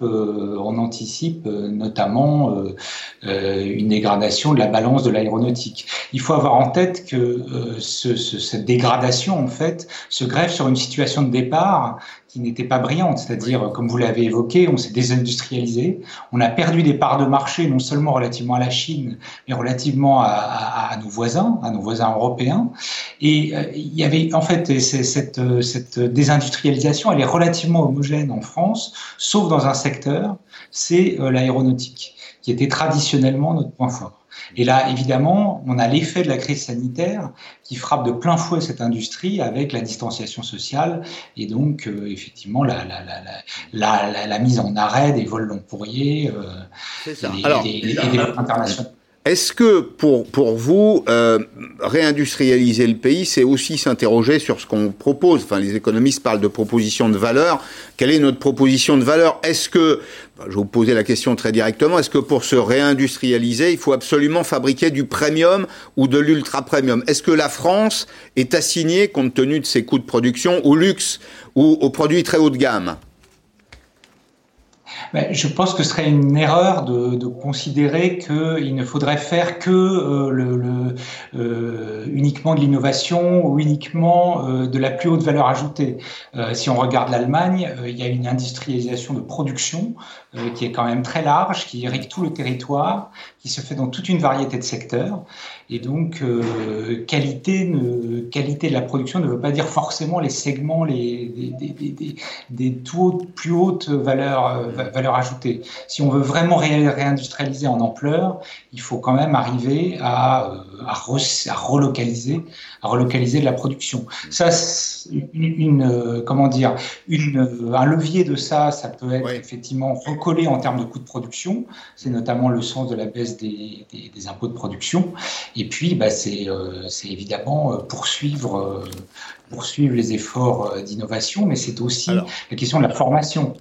notamment une dégradation de la balance de l'aéronautique. Il faut avoir en tête que cette dégradation, en fait, se greffe sur une situation de départ qui n'était pas brillante, c'est-à-dire, comme vous l'avez évoqué, on s'est désindustrialisé, on a perdu des parts de marché, non seulement relativement à la Chine, mais relativement à nos voisins européens. Et il y avait, en fait, cette désindustrialisation, elle est relativement homogène en France, sauf dans un secteur, c'est l'aéronautique, qui était traditionnellement notre point fort. Et là, évidemment, on a l'effet de la crise sanitaire qui frappe de plein fouet cette industrie avec la distanciation sociale et donc, effectivement, la mise en arrêt des vols long courriers et des vols internationaux. Est-ce que pour vous, réindustrialiser le pays, c'est aussi s'interroger sur ce qu'on propose ? Enfin, les économistes parlent de proposition de valeur. Quelle est notre proposition de valeur ? Est-ce que, je vais vous poser la question très directement, est-ce que pour se réindustrialiser, il faut absolument fabriquer du premium ou de l'ultra-premium ? Est-ce que la France est assignée, compte tenu de ses coûts de production, au luxe ou aux produits très haut de gamme ? Je pense que ce serait une erreur de considérer qu'il ne faudrait faire que uniquement de l'innovation ou uniquement de la plus haute valeur ajoutée. Si on regarde l'Allemagne, il y a une industrialisation de production qui est quand même très large, qui irrigue tout le territoire, qui se fait dans toute une variété de secteurs. Et donc, qualité de la production ne veut pas dire forcément les segments des plus hautes valeurs ajoutées. Si on veut vraiment réindustrialiser en ampleur, il faut quand même arriver à relocaliser de la production. Ça, un levier de ça peut être effectivement recollé en termes de coûts de production. C'est notamment le sens de la baisse des impôts de production. Et puis, c'est évidemment poursuivre les efforts d'innovation, mais c'est aussi la question de la formation.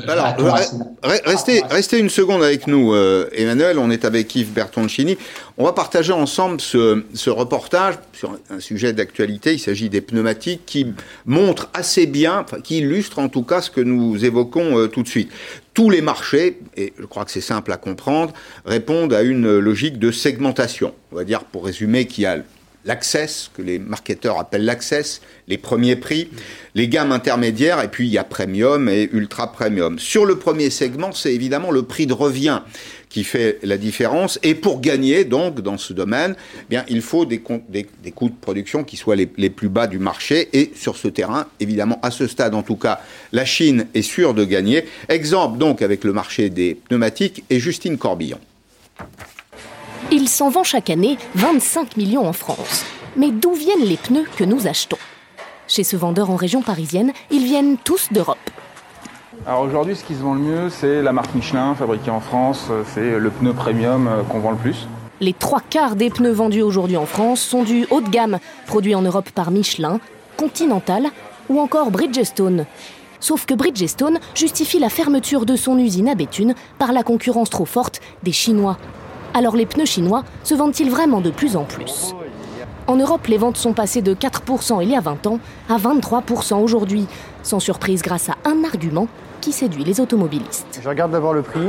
Restez une seconde avec nous, Emmanuel. On est avec Yves Bertoncini. On va partager ensemble ce reportage sur un sujet d'actualité. Il s'agit des pneumatiques qui montrent assez bien, qui illustrent en tout cas ce que nous évoquons tout de suite. Tous les marchés, et je crois que c'est simple à comprendre, répondent à une logique de segmentation. On va dire, pour résumer, qu'il y a l'Access, que les marketeurs appellent l'Access, les premiers prix, les gammes intermédiaires, et puis il y a Premium et Ultra Premium. Sur le premier segment, c'est évidemment le prix de revient qui fait la différence. Et pour gagner, donc, dans ce domaine, il faut des coûts de production qui soient les plus bas du marché. Et sur ce terrain, évidemment, à ce stade, en tout cas, la Chine est sûre de gagner. Exemple, donc, avec le marché des pneumatiques et Justine Corbillon. Il s'en vend chaque année 25 millions en France. Mais d'où viennent les pneus que nous achetons ? Chez ce vendeur en région parisienne, ils viennent tous d'Europe. Alors aujourd'hui, ce qui se vend le mieux, c'est la marque Michelin, fabriquée en France. C'est le pneu premium qu'on vend le plus. Les 3/4 des pneus vendus aujourd'hui en France sont du haut de gamme, produits en Europe par Michelin, Continental ou encore Bridgestone. Sauf que Bridgestone justifie la fermeture de son usine à Béthune par la concurrence trop forte des Chinois. Alors les pneus chinois se vendent-ils vraiment de plus en plus ? En Europe, les ventes sont passées de 4% il y a 20 ans à 23% aujourd'hui. Sans surprise grâce à un argument qui séduit les automobilistes. Je regarde d'abord le prix,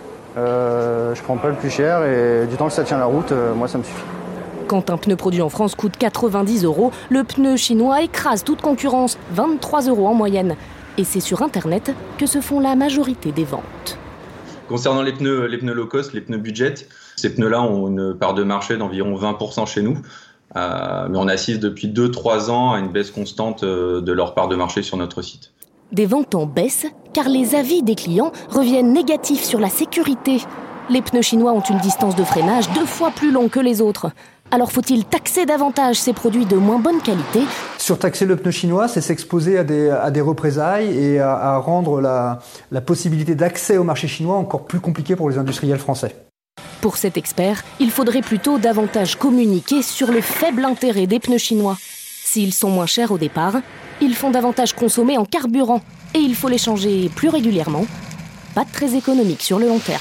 je prends pas le plus cher et du temps que ça tient la route, moi ça me suffit. Quand un pneu produit en France coûte 90 €, le pneu chinois écrase toute concurrence, 23 € en moyenne. Et c'est sur Internet que se font la majorité des ventes. Concernant les pneus low cost, les pneus budget, ces pneus-là ont une part de marché d'environ 20% chez nous. Mais on assiste depuis 2-3 ans à une baisse constante de leur part de marché sur notre site. Des ventes en baisse, car les avis des clients reviennent négatifs sur la sécurité. Les pneus chinois ont une distance de freinage 2 fois plus longue que les autres. Alors faut-il taxer davantage ces produits de moins bonne qualité ? Surtaxer le pneu chinois, c'est s'exposer à des représailles et à rendre la possibilité d'accès au marché chinois encore plus compliquée pour les industriels français. Pour cet expert, il faudrait plutôt davantage communiquer sur le faible intérêt des pneus chinois. S'ils sont moins chers au départ, ils font davantage consommer en carburant et il faut les changer plus régulièrement. Pas très économique sur le long terme.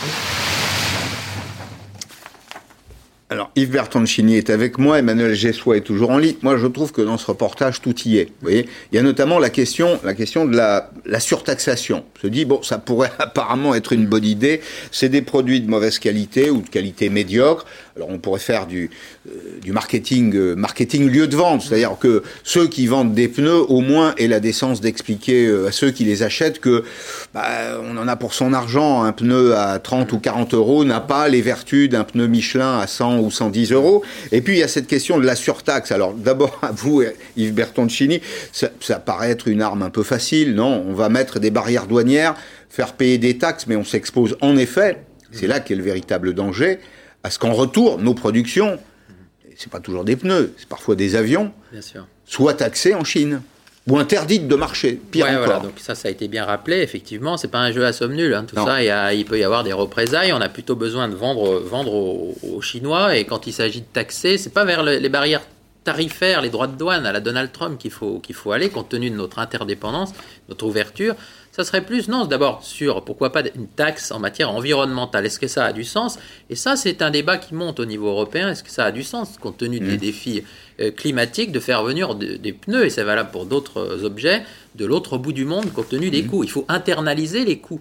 Alors, Yves Bertoncini est avec moi, Emmanuel Gessois est toujours en ligne. Moi, je trouve que dans ce reportage, tout y est. Vous voyez, il y a notamment la question de la surtaxation. On se dit, ça pourrait apparemment être une bonne idée. C'est des produits de mauvaise qualité ou de qualité médiocre. Alors, on pourrait faire du marketing lieu de vente. C'est-à-dire que ceux qui vendent des pneus, au moins, aient la décence d'expliquer à ceux qui les achètent que, on en a pour son argent. Un pneu à 30 ou 40 € n'a pas les vertus d'un pneu Michelin à 100 ou 110 €. Et puis, il y a cette question de la surtaxe. Alors, d'abord, à vous, Yves Bertoncini, ça paraît être une arme un peu facile, non ? On va mettre des barrières douanières, faire payer des taxes, mais on s'expose en effet, c'est là qu'est le véritable danger, à ce qu'en retour, nos productions, c'est pas toujours des pneus, c'est parfois des avions, bien sûr, soient taxées en Chine. Ou interdites de marché, pire encore. Voilà, donc ça a été bien rappelé, effectivement, c'est pas un jeu à somme nulle, tout ça, il peut y avoir des représailles, on a plutôt besoin de vendre aux Chinois, et quand il s'agit de taxer, c'est pas vers les barrières tarifaires, les droits de douane à la Donald Trump qu'il faut aller, compte tenu de notre interdépendance, notre ouverture. Ça serait plus, d'abord sur, pourquoi pas, une taxe en matière environnementale. Est-ce que ça a du sens ? Et ça, c'est un débat qui monte au niveau européen. Est-ce que ça a du sens, compte tenu des défis climatiques, de faire venir des pneus, et c'est valable pour d'autres objets, de l'autre bout du monde, compte tenu des coûts ? Il faut internaliser les coûts.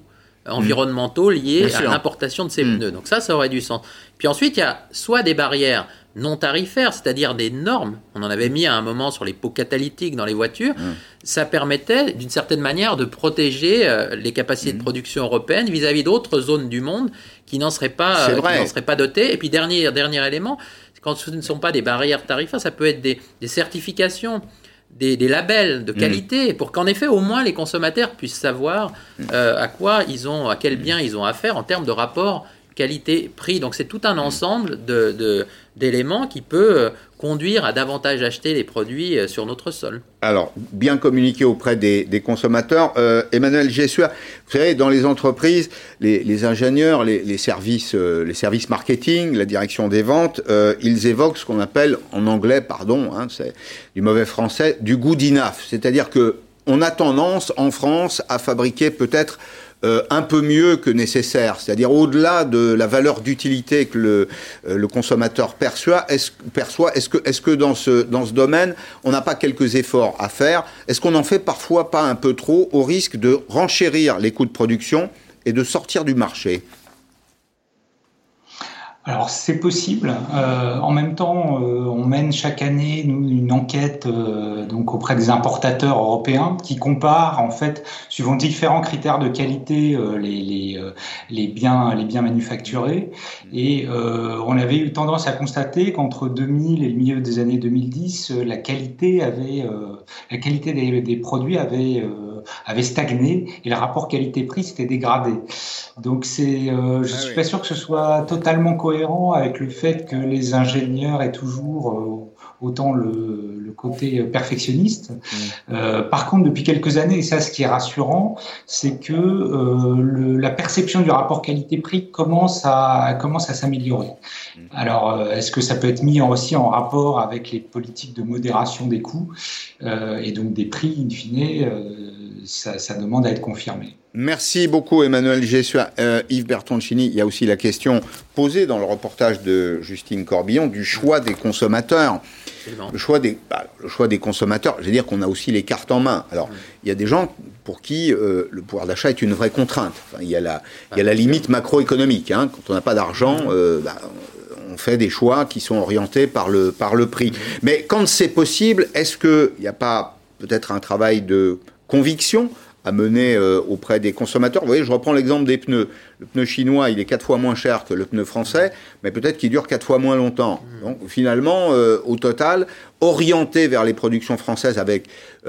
environnementaux liés à l'importation de ces pneus. Donc ça aurait du sens. Puis ensuite, il y a soit des barrières non tarifaires, c'est-à-dire des normes. On en avait mis à un moment sur les pots catalytiques dans les voitures. Ça permettait, d'une certaine manière, de protéger les capacités de production européennes vis-à-vis d'autres zones du monde qui n'en seraient pas dotées. Et puis, dernier élément, quand ce ne sont pas des barrières tarifaires, ça peut être des certifications, des labels de qualité, pour qu'en effet, au moins, les consommateurs puissent savoir à quel bien ils ont affaire en termes de rapport qualité-prix. Donc c'est tout un ensemble d'éléments qui peut conduire à davantage acheter les produits sur notre sol. Alors, bien communiquer auprès des consommateurs. Emmanuel Jessuat, vous savez, dans les entreprises, les ingénieurs, les services marketing, la direction des ventes, ils évoquent ce qu'on appelle, en anglais, c'est du mauvais français, du good enough. C'est-à-dire que on a tendance, en France, à fabriquer peut-être un peu mieux que nécessaire, c'est-à-dire au-delà de la valeur d'utilité que le consommateur perçoit. Est-ce que dans ce domaine, on n'a pas quelques efforts à faire? Est-ce qu'on en fait parfois pas un peu trop, au risque de renchérir les coûts de production et de sortir du marché? Alors c'est possible. En même temps, on mène chaque année une enquête donc auprès des importateurs européens qui comparent en fait suivant différents critères de qualité les biens manufacturés. Et on avait eu tendance à constater qu'entre 2000 et le milieu des années 2010, la qualité des produits avait stagné et le rapport qualité-prix s'était dégradé. Donc je suis pas sûr que ce soit totalement cohérent avec le fait que les ingénieurs aient toujours autant le côté perfectionniste. Par contre, depuis quelques années, et ça, ce qui est rassurant, c'est que la perception du rapport qualité-prix commence à s'améliorer. Alors, est-ce que ça peut être mis aussi en rapport avec les politiques de modération des coûts et donc des prix, in fine, ça demande à être confirmé. Merci beaucoup Emmanuel Jessuat. Yves Bertoncini, il y a aussi la question posée dans le reportage de Justine Corbillon du choix des consommateurs. Le choix des consommateurs, je veux dire qu'on a aussi les cartes en main. Alors, il y a des gens pour qui le pouvoir d'achat est une vraie contrainte. Enfin, il y a la limite macroéconomique. Quand on n'a pas d'argent, on fait des choix qui sont orientés par le prix. Mais quand c'est possible, est-ce qu'il n'y a pas peut-être un travail de conviction à mener auprès des consommateurs? Vous voyez, je reprends l'exemple des pneus. Le pneu chinois, il est 4 fois moins cher que le pneu français, mais peut-être qu'il dure 4 fois moins longtemps. Donc finalement, au total, orienté vers les productions françaises avec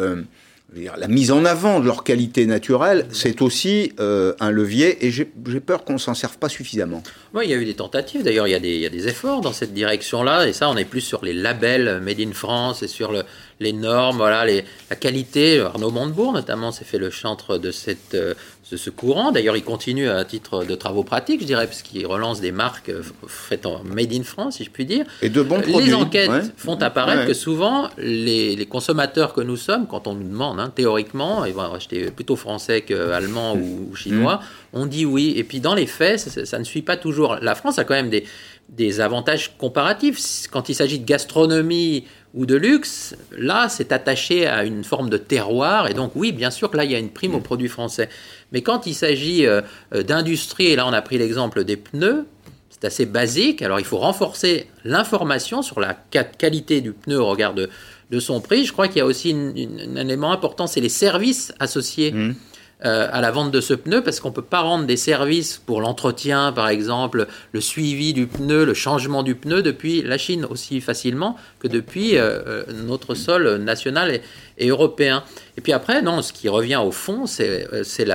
la mise en avant de leur qualité naturelle, c'est aussi un levier, et j'ai peur qu'on ne s'en serve pas suffisamment. Oui, il y a eu des tentatives, d'ailleurs il y a des efforts dans cette direction-là, et ça on est plus sur les labels Made in France et sur les normes, la qualité. Arnaud Montebourg notamment s'est fait le chantre de ce courant. D'ailleurs, il continue à titre de travaux pratiques, je dirais, puisqu'il relance des marques faites en Made in France, si je puis dire. Et de bons produits. Les enquêtes font apparaître que souvent, les consommateurs que nous sommes, quand on nous demande, théoriquement, ils vont acheter plutôt français qu'allemand ou chinois, on dit oui. Et puis dans les faits, ça ne suit pas toujours. La France a quand même des avantages comparatifs. Quand il s'agit de gastronomie ou de luxe, là, c'est attaché à une forme de terroir. Et donc, oui, bien sûr que là, il y a une prime aux produits français. Mais quand il s'agit d'industrie, et là, on a pris l'exemple des pneus, c'est assez basique. Alors, il faut renforcer l'information sur la qualité du pneu au regard de son prix. Je crois qu'il y a aussi un élément important, c'est les services associés à la vente de ce pneu, parce qu'on ne peut pas rendre des services pour l'entretien, par exemple, le suivi du pneu, le changement du pneu depuis la Chine aussi facilement que depuis notre sol national et européen. Et puis après, ce qui revient au fond, c'est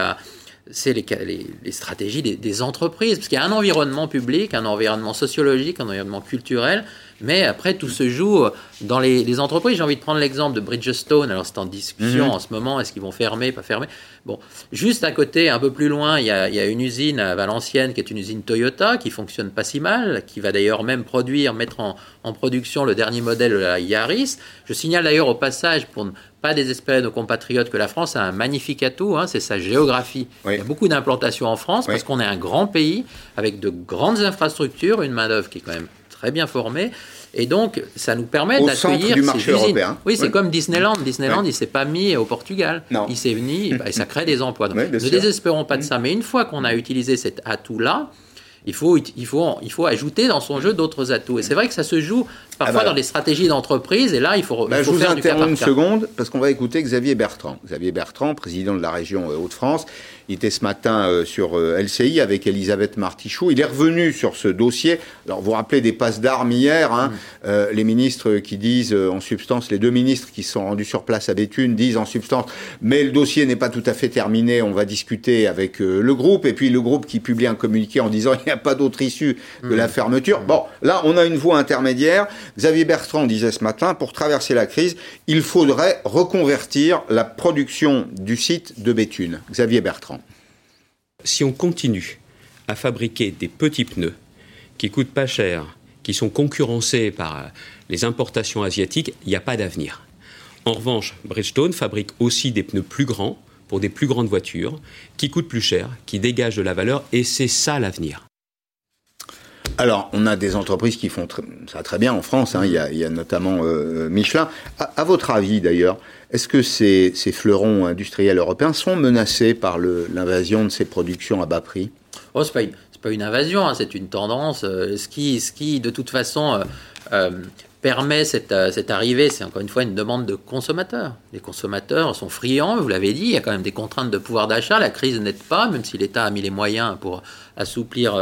les stratégies des entreprises, parce qu'il y a un environnement public, un environnement sociologique, un environnement culturel, mais après tout se joue dans les entreprises. J'ai envie de prendre l'exemple de Bridgestone. Alors c'est en discussion en ce moment, est-ce qu'ils vont fermer, pas fermer? Bon, juste à côté, un peu plus loin, il y a une usine à Valenciennes qui est une usine Toyota qui fonctionne pas si mal, qui va d'ailleurs même mettre en production le dernier modèle de la Yaris. Je signale d'ailleurs au passage, pour ne pas désespérer nos compatriotes, que la France a un magnifique atout, c'est sa géographie. Oui. Il y a beaucoup d'implantations en France parce qu'on est un grand pays avec de grandes infrastructures, une main-d'œuvre qui est quand même très bien formés. Et donc, ça nous permet au d'accueillir centre du marché européen. Oui, c'est comme Disneyland. Disneyland, il ne s'est pas mis au Portugal. Non. Il s'est venu et ça crée des emplois. Donc, Oui, ne sûr. désespérons pas de ça. Mais une fois qu'on a utilisé cet atout-là, il faut ajouter dans son jeu d'autres atouts. Et c'est vrai que ça se joue parfois dans les stratégies d'entreprise. Et là, il faut je vous faire du cas par interromps une cas. seconde parce qu'on va écouter Xavier Bertrand. Xavier Bertrand, président de la région Hauts-de-France. Il était ce matin sur LCI avec Elisabeth Martichoux. Il est revenu sur ce dossier. Alors, vous vous rappelez des passes d'armes hier, hein, les ministres qui disent en substance, les deux ministres qui sont rendus sur place à Béthune disent en substance, mais le dossier n'est pas tout à fait terminé, on va discuter avec le groupe. Et puis le groupe qui publie un communiqué en disant il n'y a pas d'autre issue que la fermeture. Bon, là, on a une voie intermédiaire. Xavier Bertrand disait ce matin, pour traverser la crise, il faudrait reconvertir la production du site de Béthune. Xavier Bertrand. Si on continue à fabriquer des petits pneus qui coûtent pas cher, qui sont concurrencés par les importations asiatiques, il n'y a pas d'avenir. En revanche, Bridgestone fabrique aussi des pneus plus grands pour des plus grandes voitures, qui coûtent plus cher, qui dégagent de la valeur, et c'est ça l'avenir. Alors, on a des entreprises qui font ça très bien en France, hein. Il y a notamment Michelin. À votre avis, d'ailleurs, est-ce que ces fleurons industriels européens sont menacés par l'invasion de ces productions à bas prix ? Oh, c'est pas une invasion, hein, c'est une tendance. Ce qui, de toute façon, permet cette arrivée, c'est encore une fois une demande de consommateurs. Les consommateurs sont friands, vous l'avez dit, il y a quand même des contraintes de pouvoir d'achat. La crise n'aide pas, même si l'État a mis les moyens pour adoucir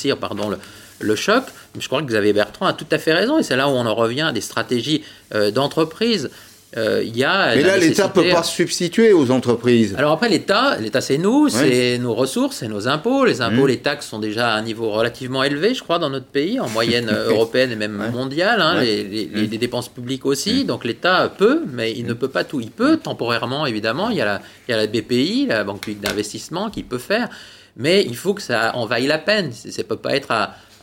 le choc. Je crois que Xavier Bertrand a tout à fait raison, et c'est là où on en revient à des stratégies d'entreprise. Mais là, l'État ne peut pas se substituer aux entreprises. Alors après, l'État c'est nous, c'est nos ressources, c'est nos impôts. Les impôts, les taxes sont déjà à un niveau relativement élevé, je crois, dans notre pays, en moyenne européenne et même mondiale. Hein, les dépenses publiques aussi. Donc l'État peut, mais il ne peut pas tout. Il peut temporairement, évidemment. Il y a la BPI, la Banque publique d'investissement, qui peut faire. Mais il faut que ça en vaille la peine. Ça ne peut pas être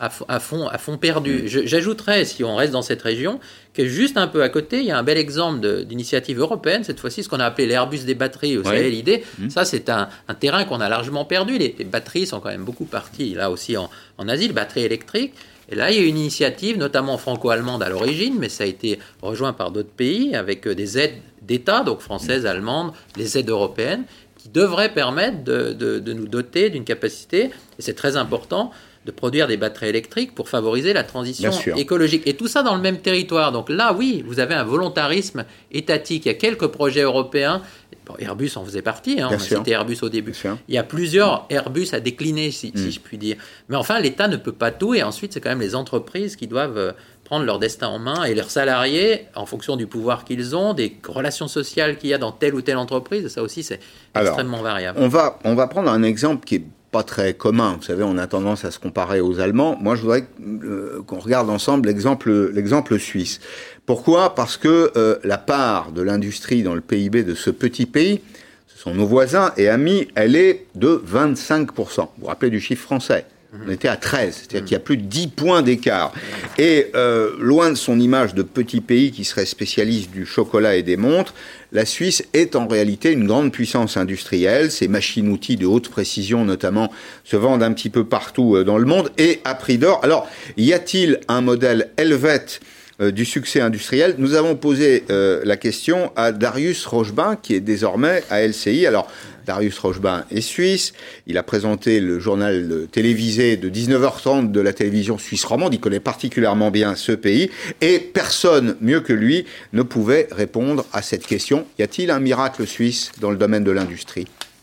à fond perdu. J'ajouterais, si on reste dans cette région, que juste un peu à côté, il y a un bel exemple d'initiative européenne, cette fois-ci ce qu'on a appelé l'Airbus des batteries. Vous savez l'idée, ça c'est un terrain qu'on a largement perdu. Les batteries sont quand même beaucoup parties, là aussi en Asie, les batteries électriques. Et là, il y a une initiative, notamment franco-allemande à l'origine, mais ça a été rejoint par d'autres pays, avec des aides d'État, donc françaises, allemandes, les aides européennes, qui devraient permettre de nous doter d'une capacité, et c'est très important, de produire des batteries électriques pour favoriser la transition écologique. Et tout ça dans le même territoire. Donc là, oui, vous avez un volontarisme étatique. Il y a quelques projets européens. Bon, Airbus en faisait partie. On a cité Airbus au début. Il y a plusieurs Airbus à décliner, si je puis dire. Mais enfin, l'État ne peut pas tout. Et ensuite, c'est quand même les entreprises qui doivent prendre leur destin en main, et leurs salariés, en fonction du pouvoir qu'ils ont, des relations sociales qu'il y a dans telle ou telle entreprise. Ça aussi, c'est extrêmement variable. On va prendre un exemple qui est pas très commun. Vous savez, on a tendance à se comparer aux Allemands. Moi, je voudrais qu'on regarde ensemble l'exemple suisse. Pourquoi ? Parce que la part de l'industrie dans le PIB de ce petit pays, ce sont nos voisins et amis, elle est de 25%. Vous vous rappelez du chiffre français ? On était à 13, c'est-à-dire qu'il y a plus de 10 points d'écart. Et loin de son image de petit pays qui serait spécialiste du chocolat et des montres, la Suisse est en réalité une grande puissance industrielle. Ses machines-outils de haute précision, notamment, se vendent un petit peu partout dans le monde et à prix d'or. Alors, y a-t-il un modèle helvète du succès industriel ? Nous avons posé la question à Darius Rochebin, qui est désormais à LCI. Alors, Darius Rochebin est suisse. Il a présenté le journal télévisé de 19h30 de la télévision suisse romande. Il connaît particulièrement bien ce pays. Et personne mieux que lui ne pouvait répondre à cette question. Y a-t-il un miracle suisse dans le domaine de l'industrie ?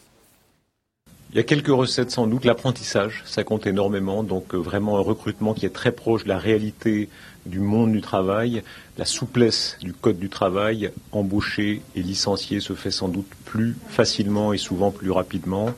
Il y a quelques recettes sans doute. L'apprentissage, ça compte énormément. Donc vraiment un recrutement qui est très proche de la réalité du monde du travail. La souplesse du code du travail, embaucher et licencier se fait sans doute plus facilement et souvent plus rapidement.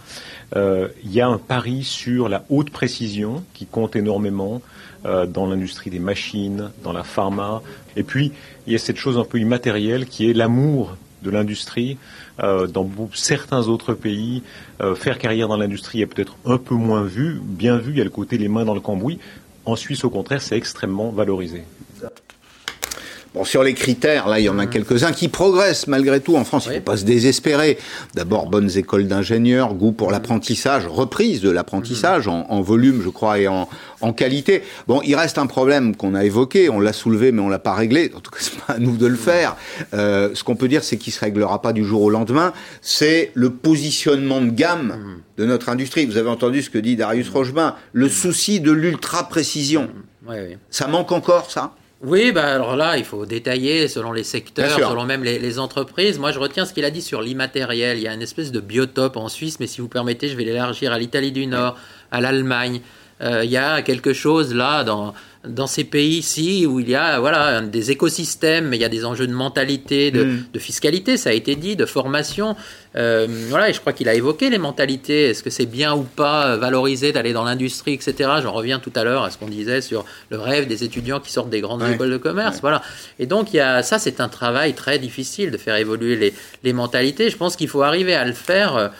Il y a un pari sur la haute précision qui compte énormément dans l'industrie des machines, dans la pharma. Et puis, il y a cette chose un peu immatérielle qui est l'amour de l'industrie. Dans certains autres pays, faire carrière dans l'industrie est peut-être un peu moins vu, bien vu, il y a le côté les mains dans le cambouis. En Suisse, au contraire, c'est extrêmement valorisé. Bon, sur les critères, là, il y en a quelques-uns qui progressent malgré tout. En France, il ne faut pas se désespérer. D'abord, bonnes écoles d'ingénieurs, goût pour l'apprentissage, reprise de l'apprentissage en volume, je crois, et en qualité. Bon, il reste un problème qu'on a évoqué, on l'a soulevé, mais on l'a pas réglé. En tout cas, c'est pas à nous de le faire. Ce qu'on peut dire, c'est qu'il se réglera pas du jour au lendemain. C'est le positionnement de gamme de notre industrie. Vous avez entendu ce que dit Darius Rochebin. Le souci de l'ultra-précision. Ça manque encore, ça? Oui, alors là, il faut détailler selon les secteurs, selon même les entreprises. Moi, je retiens ce qu'il a dit sur l'immatériel. Il y a une espèce de biotope en Suisse, mais si vous permettez, je vais l'élargir à l'Italie du Nord, à l'Allemagne. Il y a quelque chose là dans ces pays-ci où il y a des écosystèmes, mais il y a des enjeux de mentalité, de fiscalité, ça a été dit, de formation. Et je crois qu'il a évoqué les mentalités. Est-ce que c'est bien ou pas valorisé d'aller dans l'industrie, etc. J'en reviens tout à l'heure à ce qu'on disait sur le rêve des étudiants qui sortent des grandes écoles de commerce. Voilà. Et donc, ça, c'est un travail très difficile de faire évoluer les mentalités. Je pense qu'il faut arriver à le faire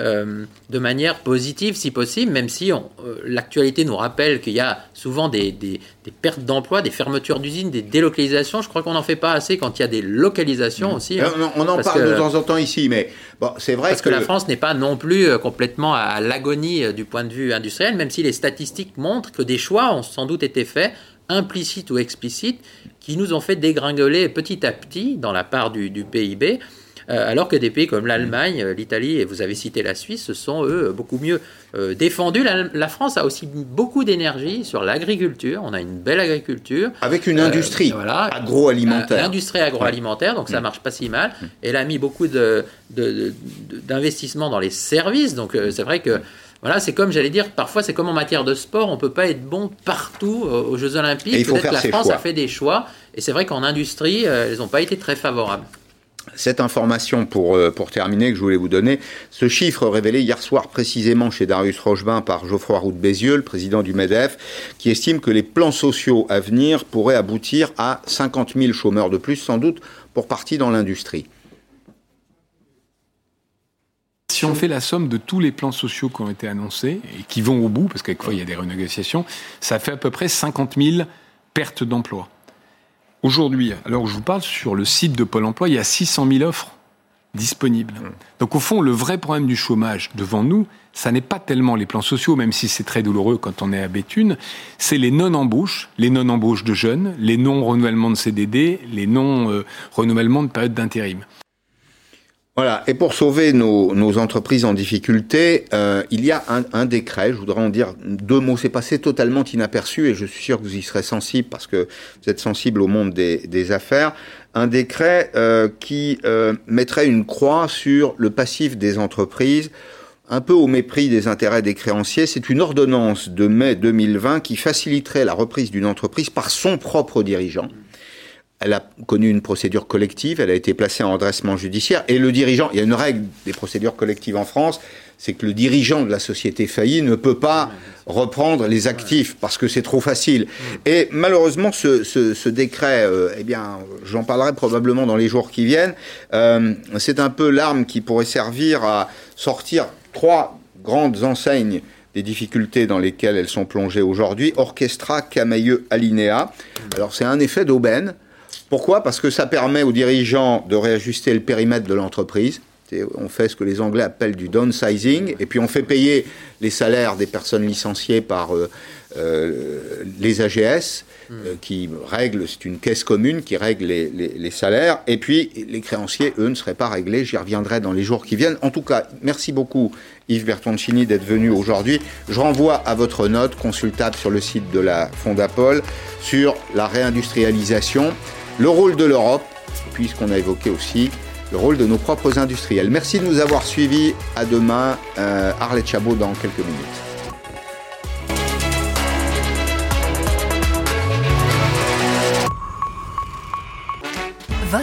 de manière positive si possible, même si l'actualité nous rappelle qu'il y a souvent des pertes d'emplois, des fermetures d'usines, des délocalisations. Je crois qu'on n'en fait pas assez quand il y a des localisations aussi. On en parle de temps en temps ici, mais bon, c'est vrai parce que la France n'est pas non plus complètement à l'agonie du point de vue industriel, même si les statistiques montrent que des choix ont sans doute été faits, implicites ou explicites, qui nous ont fait dégringoler petit à petit dans la part du PIB. Alors que des pays comme l'Allemagne, l'Italie, et vous avez cité la Suisse, se sont, eux, beaucoup mieux défendus. La France a aussi beaucoup d'énergie sur l'agriculture. On a une belle agriculture. Avec une industrie agroalimentaire. L'industrie agroalimentaire, donc ça marche pas si mal. Elle a mis beaucoup d'investissements dans les services. Donc c'est vrai que c'est comme, j'allais dire, parfois c'est comme en matière de sport, on ne peut pas être bon partout aux Jeux Olympiques. Et il faut Peut-être faire la France choix. a fait des choix. Et c'est vrai qu'en industrie, elles n'ont pas été très favorables. Cette information, pour terminer, que je voulais vous donner, ce chiffre révélé hier soir précisément chez Darius Rochebin par Geoffroy Roux de Bézieux, le président du MEDEF, qui estime que les plans sociaux à venir pourraient aboutir à 50 000 chômeurs de plus, sans doute pour partie dans l'industrie. Si on fait la somme de tous les plans sociaux qui ont été annoncés et qui vont au bout, parce qu'à il y a des renégociations, ça fait à peu près 50 000 pertes d'emplois. Aujourd'hui, alors que je vous parle, sur le site de Pôle emploi, il y a 600 000 offres disponibles. Donc au fond, le vrai problème du chômage devant nous, ça n'est pas tellement les plans sociaux, même si c'est très douloureux quand on est à Béthune, c'est les non-embauches de jeunes, les non-renouvellements de CDD, les non-renouvellements de période d'intérim. Voilà, et pour sauver nos entreprises en difficulté, il y a un décret, je voudrais en dire 2 mots, c'est passé totalement inaperçu et je suis sûr que vous y serez sensible parce que vous êtes sensible au monde des affaires, un décret qui mettrait une croix sur le passif des entreprises, un peu au mépris des intérêts des créanciers. C'est une ordonnance de mai 2020 qui faciliterait la reprise d'une entreprise par son propre dirigeant. Elle a connu une procédure collective, elle a été placée en redressement judiciaire, et le dirigeant, il y a une règle des procédures collectives en France, c'est que le dirigeant de la société faillie ne peut pas reprendre les actifs, parce que c'est trop facile. Et malheureusement, ce décret, j'en parlerai probablement dans les jours qui viennent, c'est un peu l'arme qui pourrait servir à sortir 3 grandes enseignes des difficultés dans lesquelles elles sont plongées aujourd'hui, Orchestra, Camaïeu, Alinéa. Alors c'est un effet d'aubaine. Pourquoi ? Parce que ça permet aux dirigeants de réajuster le périmètre de l'entreprise. On fait ce que les Anglais appellent du downsizing, et puis on fait payer les salaires des personnes licenciées par les AGS, qui règlent, c'est une caisse commune qui règle les salaires, et puis les créanciers, eux, ne seraient pas réglés. J'y reviendrai dans les jours qui viennent. En tout cas, merci beaucoup Yves Bertoncini d'être venu aujourd'hui. Je renvoie à votre note consultable sur le site de la Fondapol sur la réindustrialisation, le rôle de l'Europe, puisqu'on a évoqué aussi le rôle de nos propres industriels. Merci de nous avoir suivis. À demain. Arlette Chabot dans quelques minutes.